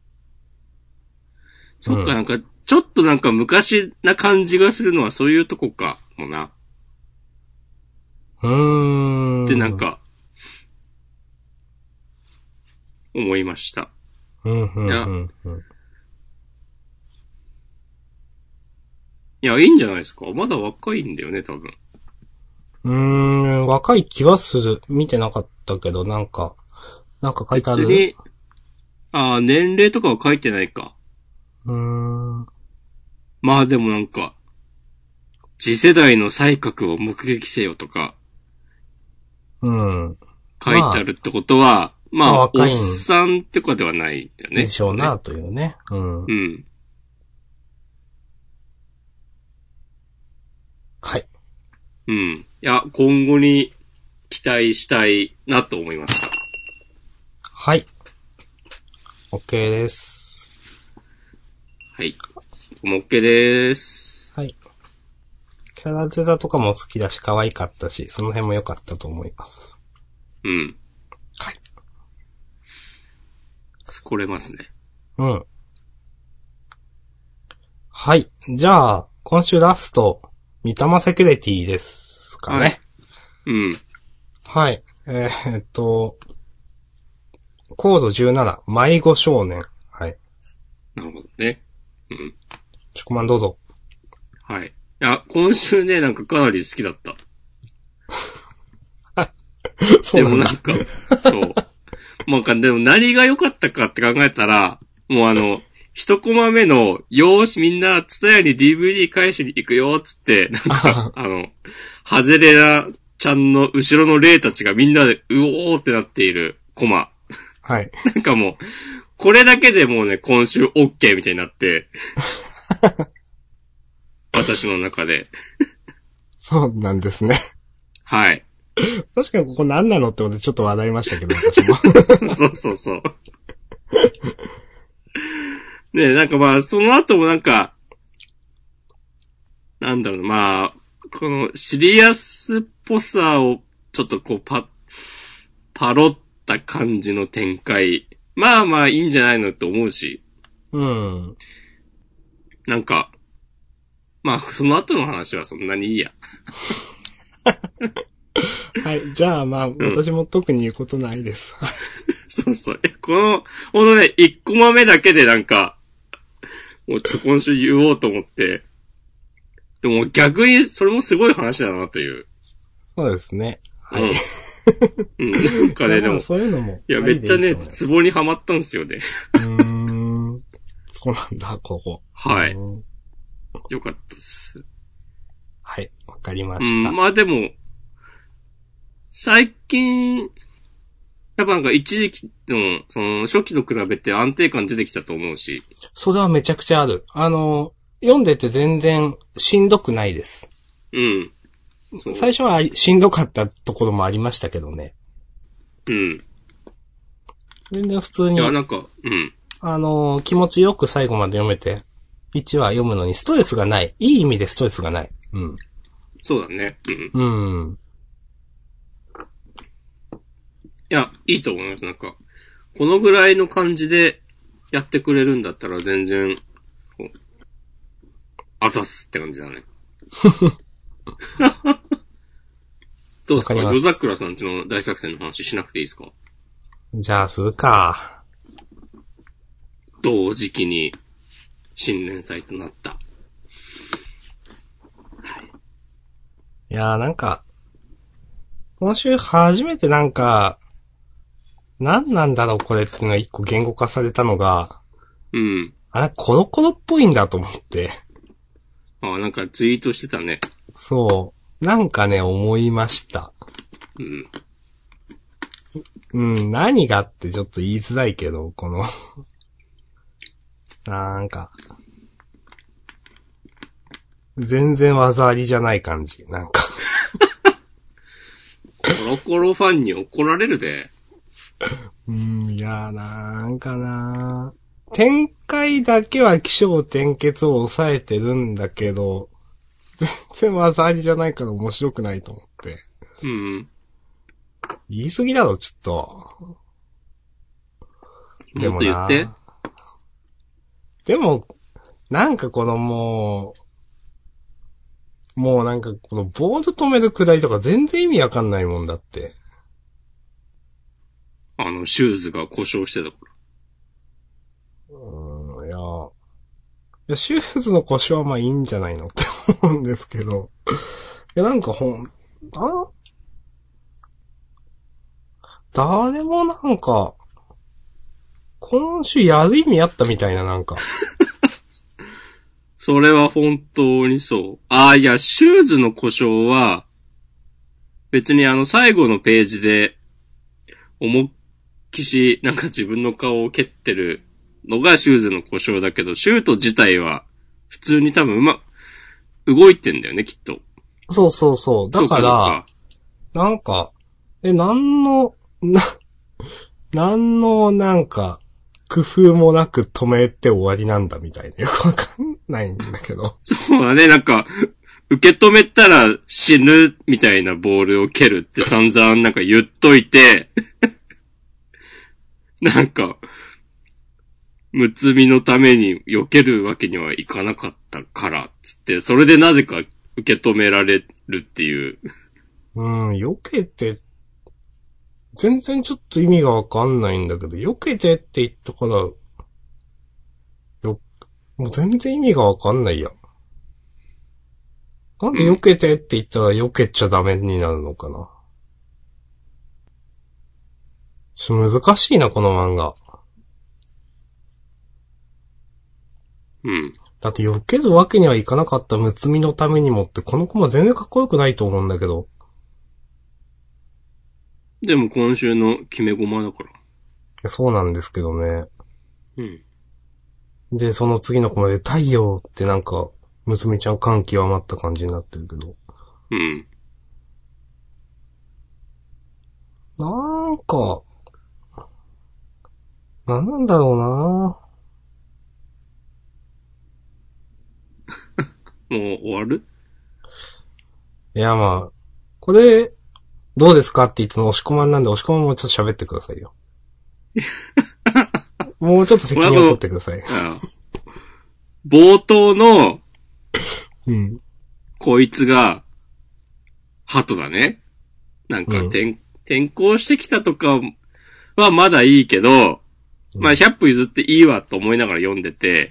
うん、そっか、なんか、ちょっとなんか昔な感じがするのはそういうとこかもな。 うーん。 ってなんか、思いました。 うん、うん、 いや、 うん。 いや、いいんじゃないですか。まだ若いんだよね、多分。 うーん、若い気はする。見てなかったけど、なんか、なんか書いてある？ 別に、ああ、年齢とかは書いてないか。 うーん。 まあでもなんか、次世代の才覚を目撃せよとか、 うん。 書いてあるってことは、まあ、 まあおっさんってかではないんだよね。 でしょうな、というね。うん。 うん。 はい。 うん。いや、今後に期待したいなと思いました。 はい。OK です。 はい。も OK でーす。 はい。キャラゼラとかも好きだし、可愛かったし、その辺も良かったと思います。 うん。 はい。 これますね。 うん。はい。じゃあ、今週ラスト、三玉セキュリティですかね。はい。 うん。 はい。えー、っと、コードじゅうなな、迷子少年。はい。 なるほどね。うん。 しこまんどうぞ。 はい。いや、今週ね、なんかかなり好きだった。 そうなんだ。 でもなんか、そう。なんかでも何が良かったかって考えたら、もうあの、一コマ目の、よーしみんな、ツタヤに ディーブイディー 返しに行くよ、つって、なんか、あの、ハゼレナちゃんの後ろの霊たちがみんなで、うおーってなっているコマ。 はい。 なんかもう、これだけでもうね、今週 OK みたいになって、私の中で。 そうなんですね。 はい。 確かにここ何なのってことでちょっと笑いましたけど、私も。そうそうそう。ねえ、なんかまあ、その後もなんか、なんだろうな、まあ、このシリアスっぽさをちょっとこうパ、パロった感じの展開。まあまあいいんじゃないのって思うし。 うん。 なんか、まあその後の話はそんなにいいや。 はい。じゃあまあ、私も特に言うことないです。 そうそう。この、ほんとね、一コマ目だけでなんか、もうちょっと今週言おうと思って。でも逆にそれもすごい話だなという。 そうですね。はい。うん。 うん、なんかね、でも。 そういうのも。 いや、めっちゃね、ツボにはまったんですよね。 うーん。そうなんだ、ここ。 はい。よかったっす。 はい、わかりました。 うん、まあでも、最近、やっぱなんか一時期の、その、初期と比べて安定感出てきたと思うし。 それはめちゃくちゃある。あの、読んでて全然しんどくないです。 うん。 最初はしんどかったところもありましたけどね。 うん。 全然普通に。 いや、なんか、うん。 あの、気持ちよく最後まで読めて、いちわ読むのにストレスがない。いい意味でストレスがない。うん。 そうだね。 うん。うん。 いや、いいと思います。なんか、このぐらいの感じでやってくれるんだったら全然、こう、あざすって感じだね。どうですか？夜桜さんちの大作戦の話しなくていいですか？ じゃあ、するか。 同時期に新連載となった。はい。 いやーなんか、今週初めてなんか、何なんだろうこれっていうのが一個言語化されたのが、 うん。 あれ、コロコロっぽいんだと思って。 あ、なんかツイートしてたね。 そう。なんかね、思いました。うん。うん、何がってちょっと言いづらいけど、このなんか、全然技ありじゃない感じ、なんかコロコロファンに怒られるで。 うん、いやーなんかなー展開だけは起承転結を抑えてるんだけど、全然技ありじゃないから面白くないと思って。 うん。 言い過ぎだろ、ちょっと。でもっと言って。 でも、なんかこのもう、もうなんかこのボード止めるくだりとか全然意味わかんないもんだって。 あの、シューズが故障してたから。 うーん、いや、いや、シューズの故障はまあいいんじゃないのって思うんですけど。いや、なんかほん、あ誰もなんか、今週やる意味あったみたいな、なんか。 それは本当にそう。ああ、いや、シューズの故障は、別にあの最後のページで、思いっきし、なんか自分の顔を蹴ってるのがシューズの故障だけど、シュート自体は、普通に多分うま、動いてんだよね、きっと。 そうそうそう。だから、かなんか、え、なんの、な、なんの、なんか、工夫もなく止めて終わりなんだみたいな。よくわかんないんだけど。 そうだね、なんか、受け止めたら死ぬみたいなボールを蹴るって散々なんか言っといて、なんか、むつみのために避けるわけにはいかなかったから、つって、それでなぜか受け止められるっていう。 うん、避けて、全然ちょっと意味がわかんないんだけど、避けてって言ったから、よ、もう全然意味がわかんないや。なんで避けてって言ったら避けちゃダメになるのかな。ちょっと難しいな、この漫画。 うん。 だって避けるわけにはいかなかったむつみのためにもって、この子も全然かっこよくないと思うんだけど。 でも今週の決め駒だから。 そうなんですけどね。 うん。 で、その次のコマで太陽ってなんか、むつみちゃん感極まった感じになってるけど。 うん。 なんか、なんなんだろうなもう終わる？ いやまあ、これ、どうですかって言ったの押し込まんなんで押し込まんもちょっと喋ってくださいよ。もうちょっと責任を取ってください。 冒頭の、 うん。 こいつが、鳩だね。なんか転、うん、転校してきたとかはまだいいけど、うん、まあひゃく歩譲っていいわと思いながら読んでて、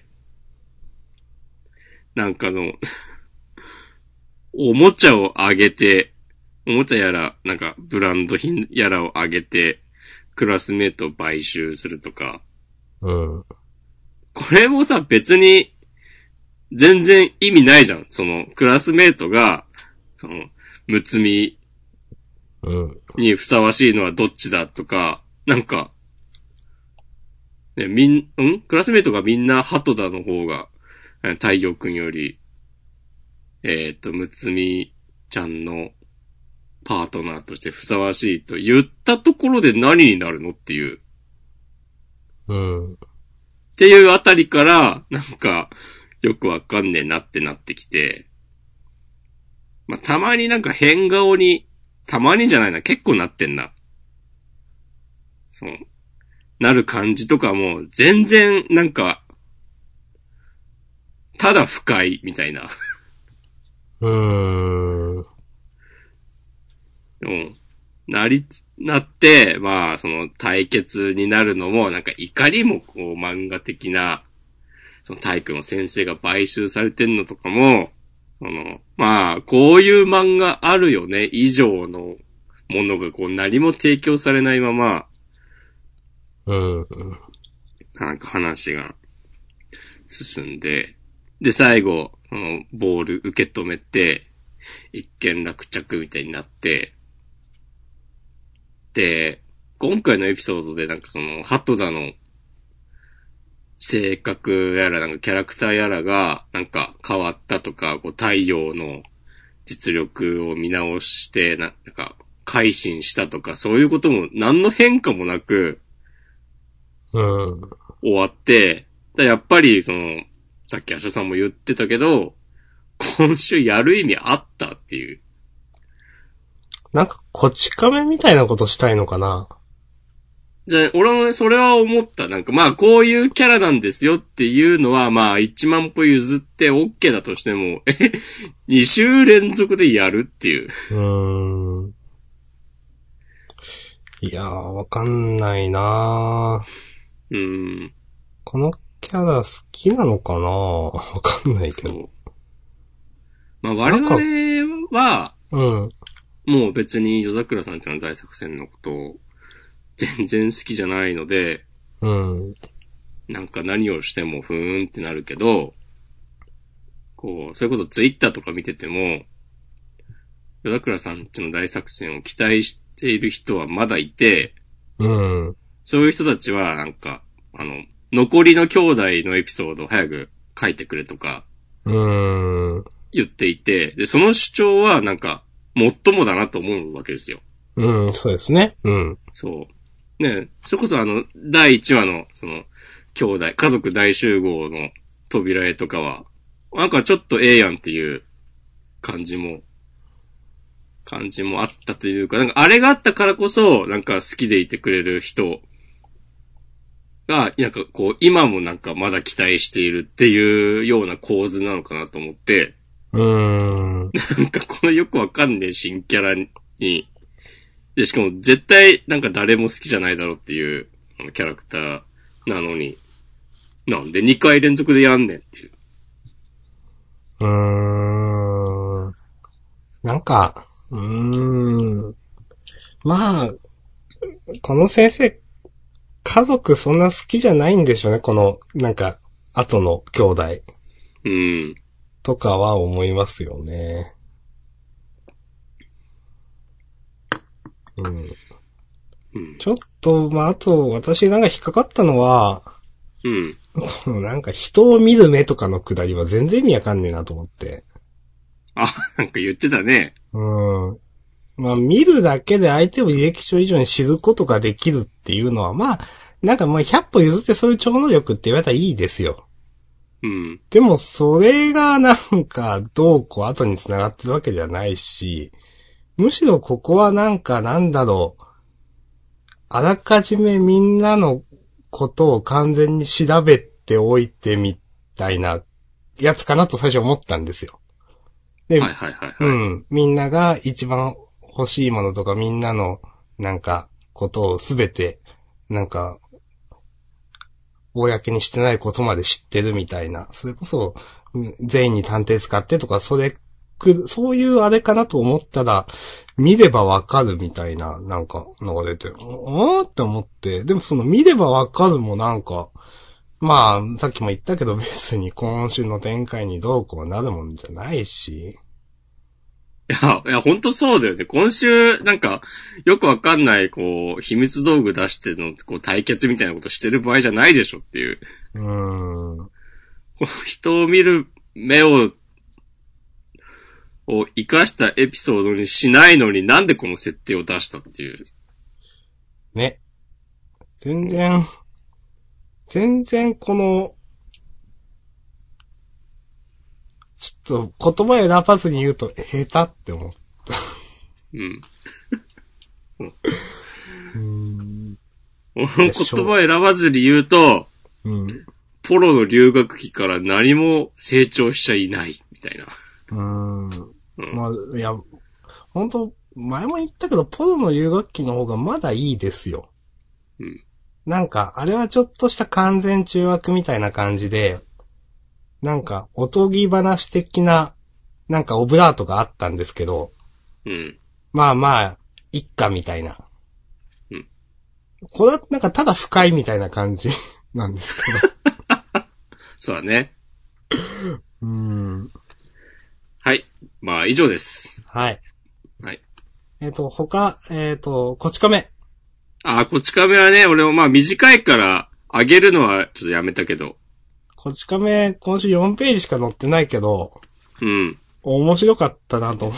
なんかの、おもちゃをあげて、おもちゃやら、なんかブランド品やらをあげて、クラスメートを買収するとか。 うん。 これもさ、別に、全然意味ないじゃん。その、クラスメートが、その、むつみにふさわしいのはどっちだとか、なんか、ね、みん、んクラスメートがみんな鳩だの方が、太陽くんより、えっと、むつみちゃんのパートナーとしてふさわしいと言ったところで何になるのっていう。 うん。 っていうあたりから、なんか、よくわかんねえなってなってきて、まあ、たまになんか変顔に、たまにじゃないな、結構なってんな。そう。なる感じとかも、全然、なんか、ただ不快、みたいな。 うーん。 でも、なりつ、なって、まあ、その対決になるのも、なんか怒りもこう漫画的な、その体育の先生が買収されてんのとかも、その、まあ、こういう漫画あるよね、以上のものがこう何も提供されないまま、 うん。 なんか話が進んで、 で、最後、その、ボール受け止めて、一件落着みたいになって、で、今回のエピソードでなんかその、ハトダの性格やらなんかキャラクターやらがなんか変わったとか、こう太陽の実力を見直して、ななんか改心したとか、そういうことも何の変化もなく、 うん。 終わって、だやっぱりその、さっきアシャさんも言ってたけど、今週やる意味あったっていう。 なんか、こち亀みたいなことしたいのかな。 じゃあ、俺もね、それは思った。なんか、まあ、こういうキャラなんですよっていうのは、まあ、一万歩譲って OK だとしても、え、二週連続でやるっていう。 うーん。いやー、わかんないなー。うーん。 このキャラ好きなのかなわかんないけど。 まあ、我々は、 うん。 もう別に夜桜さんちの大作戦のことを全然好きじゃないので、 うん。 なんか何をしてもふーんってなるけど、こう、そういうことツイッターとか見てても、夜桜さんちの大作戦を期待している人はまだいて、 うん。 そういう人たちはなんか、あの、残りの兄弟のエピソードを早く書いてくれとか、 うーん。 言っていて、で、その主張はなんか、もっともだなと思うわけですよ。 うん、そうですね。うん。 そう。ね、それこそあの、だいいちわの、その、兄弟、家族大集合の扉絵とかは、なんかちょっとええやんっていう感じも、感じもあったというか、なんかあれがあったからこそ、なんか好きでいてくれる人が、なんかこう、今もなんかまだ期待しているっていうような構図なのかなと思って、 うーん。 なんかこのよくわかんねえ新キャラに、で、しかも絶対なんか誰も好きじゃないだろうっていうキャラクターなのに、なんでにかい連続でやんねんっていう。 うーん。なんか、うーん。まあ、この先生、家族そんな好きじゃないんでしょうね、この、なんか、後の兄弟。 うん。 とかは思いますよね。うん。うん、ちょっと、まあ、あと、私なんか引っかかったのは、 うん。 なんか人を見る目とかのくだりは全然意味わかんねえなと思って。 あ、なんか言ってたね。 うん。まあ、見るだけで相手を履歴書以上に知ることができるっていうのは、まあ、なんかもうひゃっぽ譲ってそういう超能力って言われたらいいですよ。 うん。 でも、それがなんか、どうこう後に繋がってるわけではないし、むしろここはなんかなんだろう、あらかじめみんなのことを完全に調べておいてみたいなやつかなと最初思ったんですよ。で、 はいはいはい、はい。 うん。みんなが一番欲しいものとかみんなのなんかことをすべてなんか公にしてないことまで知ってるみたいな。それこそ全員に探偵使ってとかそれそういうあれかなと思ったら、見ればわかるみたいな、なんか、のが出て、おーって思って、でもその見ればわかるもなんか、まあ、さっきも言ったけど別に今週の展開にどうこうなるもんじゃないし。 いや、いや、ほんとそうだよね。今週、なんか、よくわかんない、こう、秘密道具出しての、こう、対決みたいなことしてる場合じゃないでしょっていう。 うーん。 人を見る目を、を活かしたエピソードにしないのになんでこの設定を出したっていう。 ね。全然、全然この、ちょっと言葉選ばずに言うと下手って思った。 うん。 うーん。 言葉選ばずに言うと、 うん、 ポロの留学期から何も成長しちゃいない、みたいな。 うーん。うん、まあ、いや、本当前も言ったけど、ポロの留学期の方がまだいいですよ。 うん。 なんか、あれはちょっとした完全中学みたいな感じで、なんか、おとぎ話的な、なんかオブラートがあったんですけど、 うん。 まあまあ、一家みたいな。 うん。 これはなんかただ深いみたいな感じなんですけど。 そうだね。 うーん。 はい。まあ、以上です。 はい。 はい。 えっ、と、他、えっ、と、こち亀。 あ、こち亀はね、俺もまあ短いからあげるのはちょっとやめたけど。 こち亀、今週よんページしか載ってないけど、 うん。 面白かったなと思って。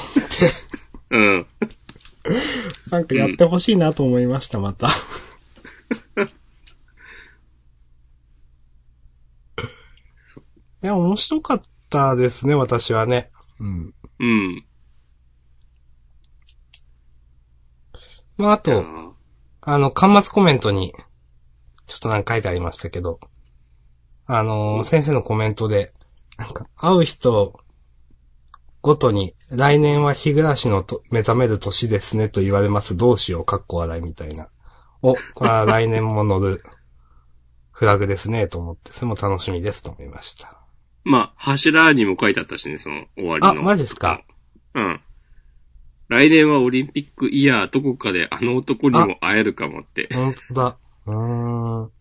うん。 なんかやってほしいなと思いました、また。いや、面白かったですね、私はね。うん。 うん。 まあ、あと、あの、端末コメントに、ちょっとなんか書いてありましたけど、あのー、先生のコメントで、なんか、会う人ごとに、来年は日暮らしのと目覚める年ですねと言われます。どうしよう、かっこ笑いみたいな。お、これは来年も乗るフラグですね、と思って、それも楽しみですと思いました。 まあ、柱にも書いてあったしね、その終わりの。 あ、マジっすか。 うん。来年はオリンピックイヤー、どこかであの男にも会えるかもって。 ほんとだ。うーん。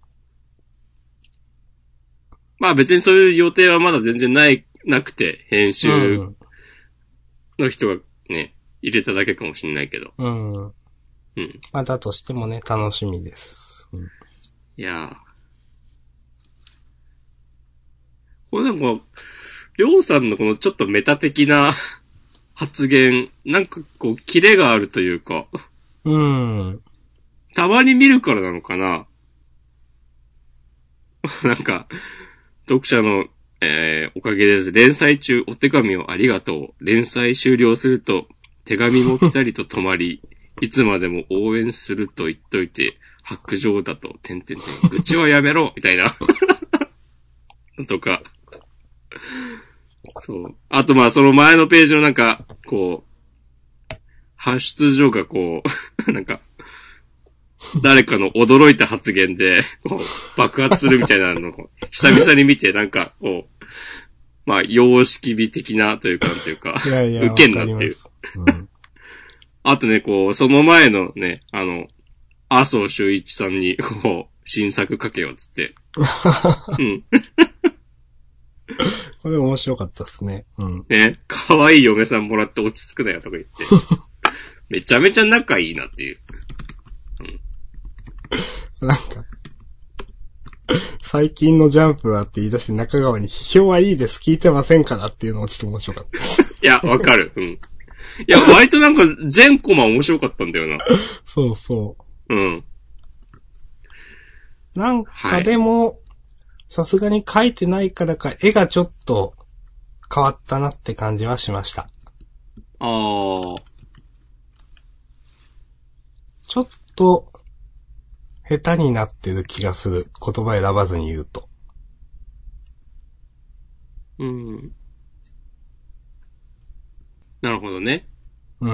まあ別にそういう予定はまだ全然ない、なくて、編集の人がね、入れただけかもしれないけど。 うん。うん。 うん。 まあだとしてもね、楽しみです。うん、 いやー。これなんか、りょうさんのこのちょっとメタ的な発言、なんかこう、キレがあるというか。 うん。 たまに見るからなのかななんか、読者の、えー、おかげです。連載中お手紙をありがとう。連載終了すると、手紙もピタリと止まり、いつまでも応援すると言っといて、白状だと、てんてんてん、愚痴はやめろみたいな。とか。そう。あとまあその前のページのなんか、こう、発出所がこう、なんか、誰かの驚いた発言で、こう、爆発するみたいなのを、久々に見て、なんか、こう、まあ、様式美的なというか、なんというか、 いやいや受けんなっていう。うん、あとね、こう、その前のね、あの、麻生修一さんに、こう、新作書けよ、つって。うん。 これ面白かったですね。うん。 ね、可愛い嫁さんもらって落ち着くなよとか言って。めちゃめちゃ仲いいなっていう。 うん。なんか、最近のジャンプはって言い出して中川に批評はいいです、聞いてませんからっていうのもちょっと面白かった。 いや、わかる。うん。いや、割となんか全コマ面白かったんだよな。 そうそう。 うん。 なんかでも、さすがに描いてないからか、絵がちょっと変わったなって感じはしました。 あー。 ちょっと、下手になってる気がする。言葉選ばずに言うと。 うん。なるほどね。 うん。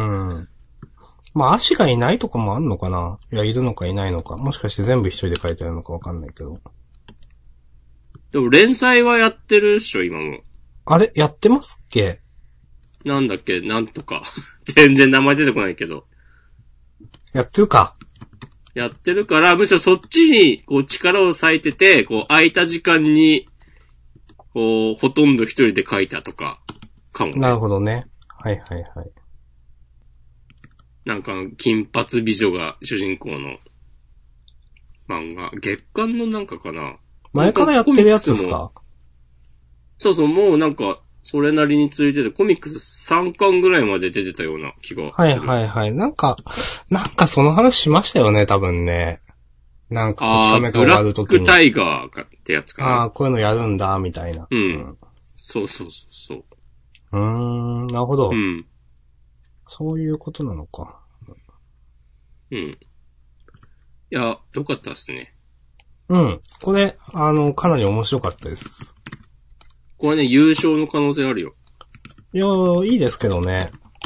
まあ、足がいないとかもあんのかな？いや、いるのかいないのか。もしかして全部一人で描いてあるのかわかんないけど。 でも連載はやってるっしょ、今も。 あれやってますっけ？ なんだっけなんとか。全然名前出てこないけど。 やってるか。 やってるから、むしろそっちに、こう、力を割いてて、こう、空いた時間に、こう、ほとんど一人で書いたとか、かもね。 なるほどね。はいはいはい。 なんか、金髪美女が主人公の漫画。月刊のなんかかな。 前からやってるやつですか？ そうそう、もうなんか、それなりについてて、コミックスさんかんぐらいまで出てたような気がする。 はいはいはい。なんか、なんかその話しましたよね、多分ね。なんか、こち亀が終わるときに。 ブラックタイガーってやつかな。 ああ、こういうのやるんだ、みたいな。 うん。うん、そうそうそうそう。 うーん、なるほど。 うん。 そういうことなのか。 うん。いや、よかったですね。 うん。これ、あの、かなり面白かったです。 これね、優勝の可能性あるよ。 いやー、いいですけどね。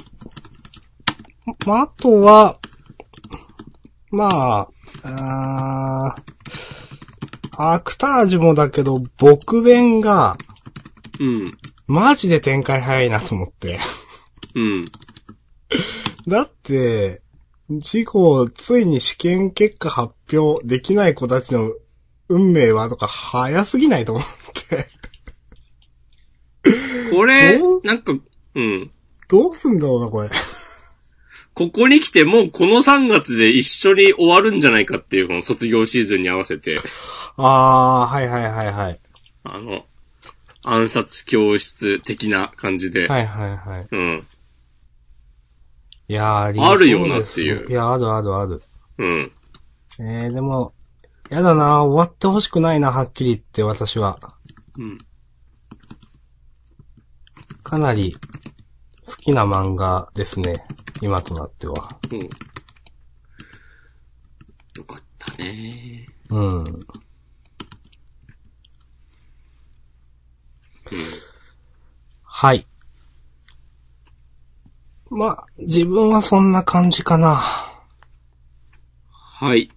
ま、あとは、まあ、あー、アクタージュもだけど、僕弁が、 うん。 マジで展開早いなと思って。 うん。 だって、事後、ついに試験結果発表できない子たちの運命はとか早すぎないと思って。 これ、なんか、うん。 どうすんだろうな、これ。 ここに来てもうこのさんがつで一緒に終わるんじゃないかっていう、この卒業シーズンに合わせて。 あー、はいはいはいはい。 あの、暗殺教室的な感じで。 はいはいはい。 うん。 いやー、ありあるよなっていう。 いや、あるあるある。 うん。 えー、でも、やだな、終わってほしくないな、はっきり言って私は。 うん。 かなり好きな漫画ですね。今となっては。 うん。よかったね。 うん。うん。はい。まあ、自分はそんな感じかな。 はい。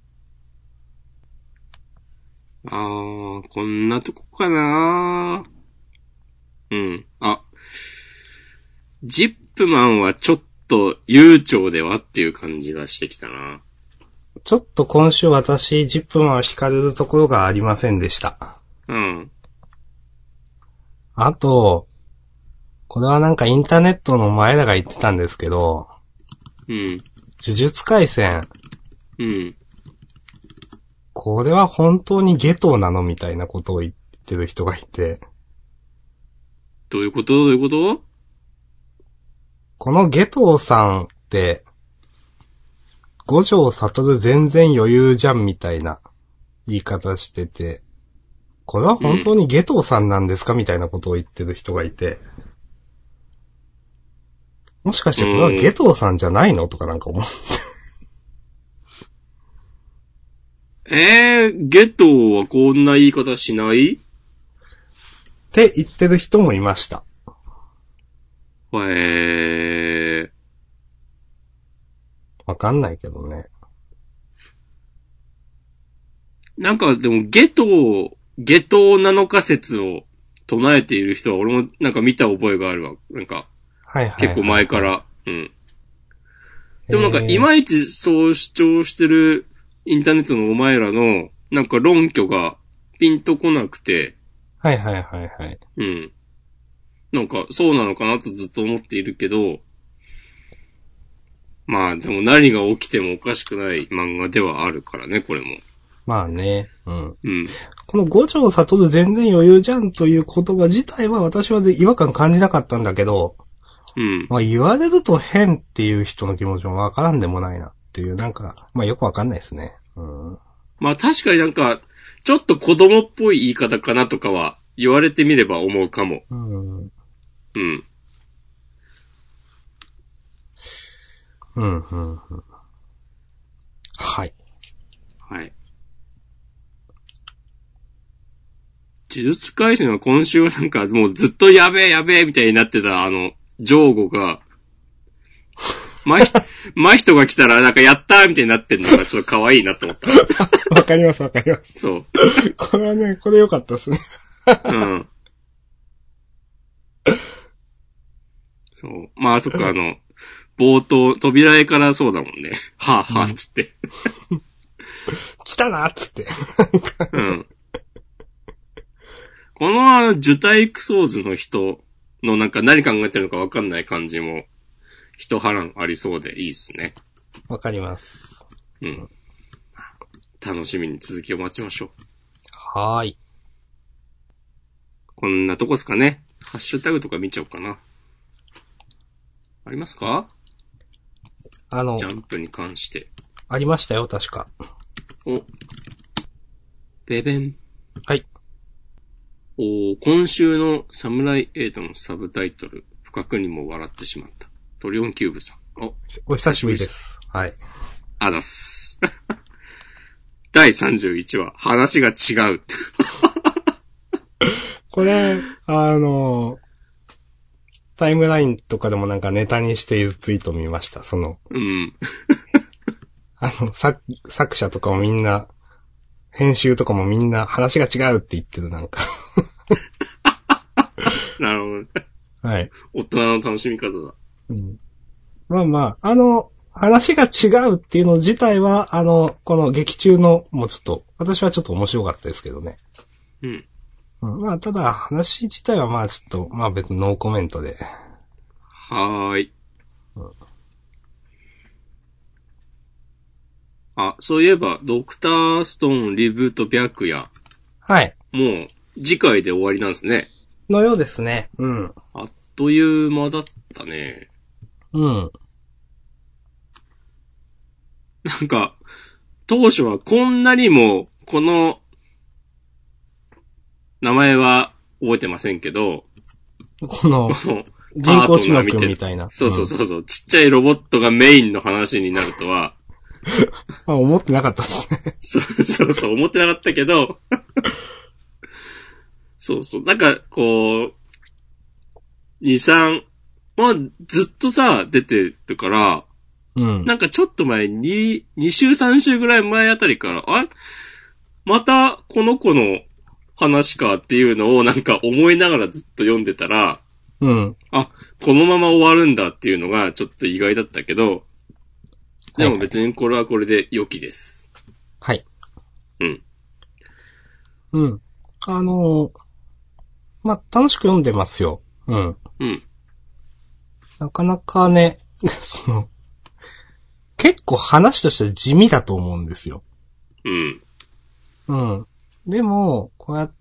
あー、こんなとこかな。うん。あ、ジップマンはちょっと悠長ではっていう感じがしてきたな。 ちょっと今週私、ジップマンを惹かれるところがありませんでした。 うん。 あと、これはなんかインターネットの前田が言ってたんですけど、 うん。 呪術廻戦。 うん。 これは本当にゲトなのみたいなことを言ってる人がいて。 どういうことどういうことこのゲトさんって、五条悟全然余裕じゃんみたいな言い方してて、これは本当にゲトさんなんですか、うん、みたいなことを言ってる人がいて、もしかしてこれはゲトさんじゃないのとかなんか思って。 えー、ゲトはこんな言い方しないって言ってる人もいました。 へー。 わかんないけどね。 なんかでもゲト、ゲトなのか説を唱えている人は俺もなんか見た覚えがあるわ。なんか、 はいはいはいはい、 結構前から。うん。でもなんかいまいちそう主張してるインターネットのお前らのなんか論拠がピンとこなくて。 はいはいはいはい。 うん。なんかそうなのかなとずっと思っているけど、まあでも何が起きてもおかしくない漫画ではあるからね、これも。 まあね。うん。 うん。 この五条悟全然余裕じゃんという言葉自体は私は違和感感じなかったんだけど、 うん。 まあ言われると変っていう人の気持ちもわからんでもないなっていう、なんか、まあよくわかんないですね。うん。 まあ確かになんか、ちょっと子供っぽい言い方かなとかは言われてみれば思うかも。 うん。 うん。 うん、うん、うん。はい。 はい。呪術廻戦は今週はなんかもうずっとやべえやべえみたいになってたあの、ジョーゴが、前、前人が来たらなんかやったーみたいになってんのがちょっと可愛いなって思った。 わかりますわかります。 そう。 これはね、これ良かったですね。 うん。そう。まあそっかあの、冒頭、扉絵からそうだもんね。はぁはぁつって。 来たなーっつって。 うん。この受胎クソーズの人のなんか何考えてるのか分かんない感じも一波乱ありそうでいいっすね。 わかります。 うん。楽しみに続きを待ちましょう。 はーい。 こんなとこっすかね。ハッシュタグとか見ちゃおうかな。ありますか？ あの、 ジャンプに関して。 ありましたよ、確か。 お。ベベン。 はい。 お今週のサムライエイトのサブタイトル、不覚にも笑ってしまった。トリオンキューブさん。お、 お久しぶりです。はい。 あざっす。だいさんじゅういちわ、話が違う。 これ、あの、タイムラインとかでもなんかネタにしているツイート見ました。その、 うん。 あの、作、作者とかもみんな、編集とかもみんな話が違うって言ってるなんか。 なるほど。 はい。 大人の楽しみ方だ。 うん。まあまあ、あの、話が違うっていうの自体は、あの、この劇中の、もうちょっと、私はちょっと面白かったですけどね。 うん。 うん、まあ、ただ、話自体はまあちょっと、まあ別にノーコメントで。 はーい。うん、あ、そういえば、ドクターストーンリブート白夜。 はい。 もう、次回で終わりなんですね。 のようですね。うん。 あっという間だったね。 うん。 なんか、当初はこんなにも、この、名前は覚えてませんけど、 この、人工知能くんみたいな。 そうそうそうそう、うん、ちっちゃいロボットがメインの話になるとは、 あ、思ってなかったですね。 そうそうそう、思ってなかったけど、そうそう、なんか、こう、に、さん、まあ、ずっとさ、出てるから、 うん。 なんかちょっと前に、に週さん週ぐらい前あたりから、あまたこの子の話かっていうのをなんか思いながらずっと読んでたら、 うん。 あ、このまま終わるんだっていうのがちょっと意外だったけど、でも別にこれはこれで良きです。 はい。 うん。 うん。あのー、まあ、楽しく読んでますよ。うん。 うん。 なかなかね、その、結構話としては地味だと思うんですよ。 うん。 うん。でも、こうやって、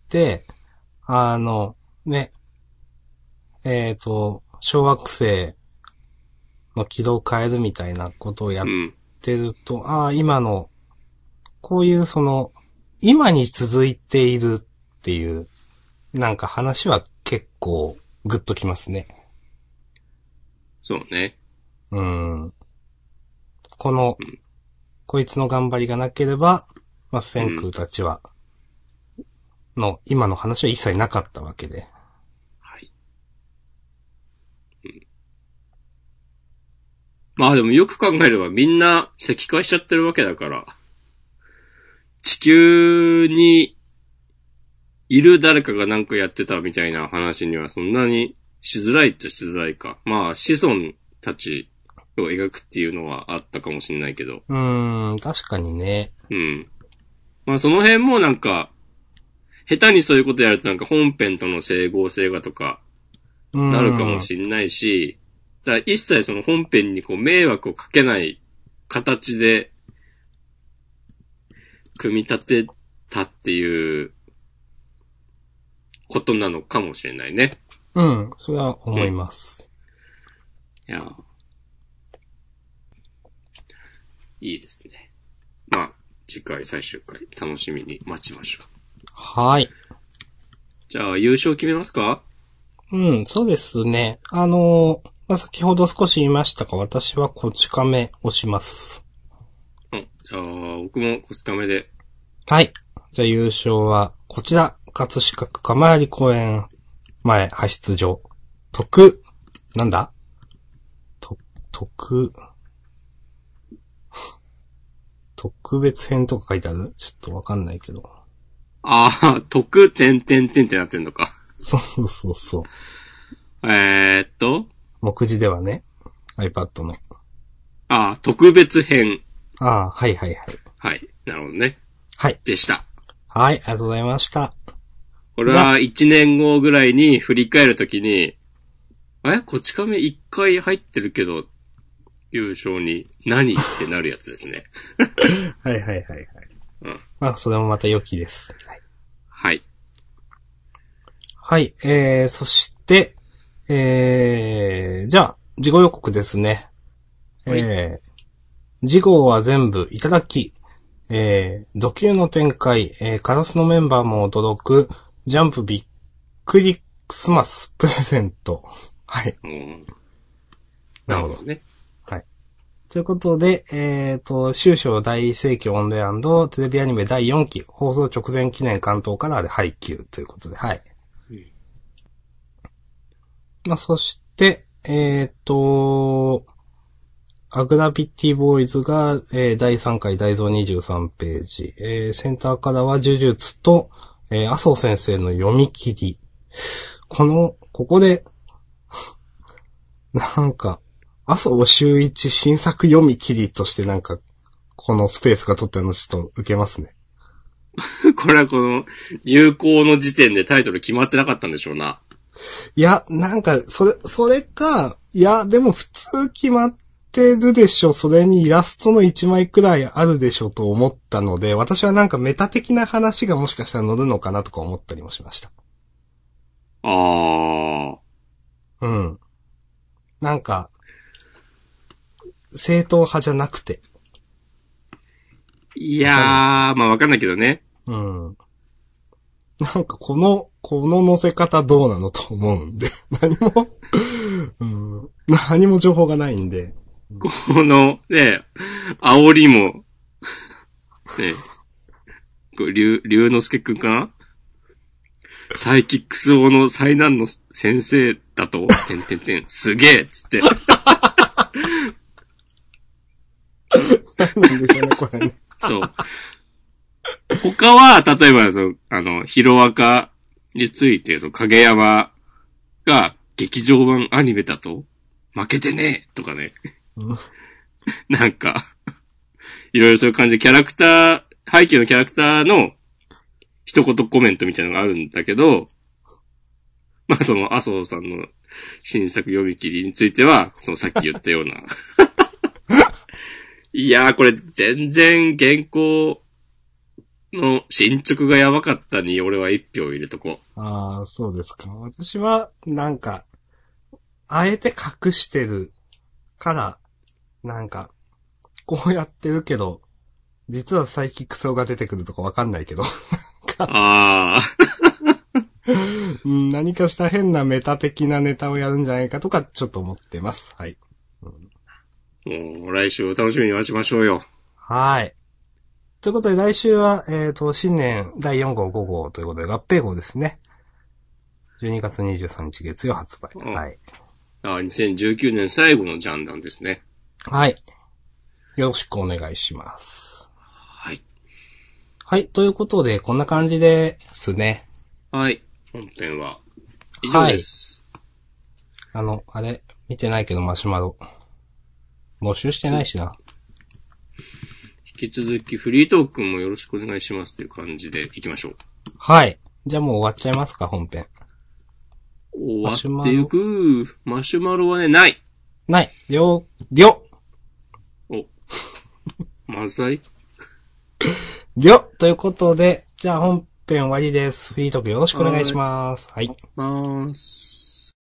あの、ね、えっと、小惑星の軌道を変えるみたいなことをやってると、うん、ああ、今の、こういうその、今に続いているっていう、なんか話は結構グッときますね。 そうね。 うん。この、うん、こいつの頑張りがなければ、まあ、先空たちは、の、今の話は一切なかったわけで。 はい。うん。まあでもよく考えればみんな石化しちゃってるわけだから、地球にいる誰かがなんかやってたみたいな話にはそんなにしづらいっちゃしづらいか。まあ子孫たちを描くっていうのはあったかもしれないけど。 うーん、確かにね。 うん。まあその辺もなんか、下手にそういうことやるとなんか本編との整合性がとか、なるかもしんないし、だから一切その本編にこう迷惑をかけない形で、組み立てたっていうことなのかもしれないね。 うん、それは思います。 うん、いや、いいですね。まあ、次回最終回楽しみに待ちましょう。 はい。 じゃあ優勝決めますか？ うん、そうですね。あの、まあ、先ほど少し言いましたが、私はこち亀押します。 うん、じゃあ僕もこち亀で。 はい。じゃあ優勝はこちら。葛飾区釜有公園前派出所。特、なんだと、特、特別編とか書いてある？ちょっとわかんないけど。 ああ、特点点点ってなってんのか。 そうそうそう。 えーっと。 目次ではね。iPad の。 ああ、特別編。 ああ、はいはいはい。 はい。なるほどね。 はい。 でした。 はい、ありがとうございました。 これは一年後ぐらいに振り返るときに、えこち亀一回入ってるけど、優勝に何ってなるやつですね。 はいはいはいはい。 うん。 まあ、それもまた良きです。はい。 はい。 はい、えー、そして、えー、じゃあ、事後予告ですね。 はい、 えー、事後は全部いただき、えー、ド級の展開、えー、カラスのメンバーも驚く、ジャンプびっくりクスマスプレゼント。はい。 うん、 なるほどね。 はい。ということで、えっ、ー、と、終章大盛況オンデランドテレビアニメだいよんき放送直前記念関東カラーで配給ということで、はい。うん、まあ、そして、えっ、ー、と、アグラビティボーイズが、えー、だいさんかい大蔵にじゅうさんページ、えー、センターからは呪術と、えー、麻生先生の読み切り。この、ここで、なんか、麻生周一新作読み切りとしてなんか、このスペースが取ってるのちょっと受けますね。 これはこの、入稿の時点でタイトル決まってなかったんでしょうな。 いや、なんか、それ、それか、いや、でも普通決まってるでしょ。それにイラストのいちまいくらいあるでしょと思ったので、私はなんかメタ的な話がもしかしたら載るのかなとか思ったりもしました。 あー。うん。なんか、正統派じゃなくて。 いやー、まあわかんないけどね。 うん。なんかこの、この乗せ方どうなのと思うんで。何も、うん、何も情報がないんで。 この、ね、煽りも、ね、これ、竜、竜之介くんかなサイキックス王の災難の先生だと、てんてんてん、すげえっつって。 なんでしょうね、これね。 そう。他は、例えば、そう、あの、ヒロアカについて、そう、影山が劇場版アニメだと、負けてねえとかね。 うん、 なんか、いろいろそういう感じで、キャラクター、背景のキャラクターの一言コメントみたいなのがあるんだけど、まあその、麻生さんの新作読み切りについては、そのさっき言ったような。いやー、これ全然原稿の進捗がやばかったに、俺は一票入れとこう。ああ、そうですか。私は、なんか、あえて隠してるから、なんか、こうやってるけど、実はサイキックスが出てくるとかわかんないけど。 ああ。 うん、何かした変なメタ的なネタをやるんじゃないかとか、ちょっと思ってます。はい。 うん、もう来週お楽しみに待ちましょうよ。 はい。ということで来週は、えっと、新年だいよん号ご号ということで合併号ですね。じゅうにがつにじゅうさんにち月曜発売。はい。 ああ、にせんじゅうきゅうねん最後のジャンダンですね。 はい。よろしくお願いします。 はい。 はい。ということで、こんな感じですね。 はい。本編は以上です。 はい。あの、あれ、見てないけどマシュマロ。募集してないしな。 引き続きフリートークもよろしくお願いしますという感じでいきましょう。 はい。じゃあもう終わっちゃいますか、本編。 終わっていく。マシュマロはね、ない。 ない。りょう、りょ。 お。まずい。 りょ。ということで、じゃあ本編終わりです。フリートークよろしくお願いします。はい。 まーす。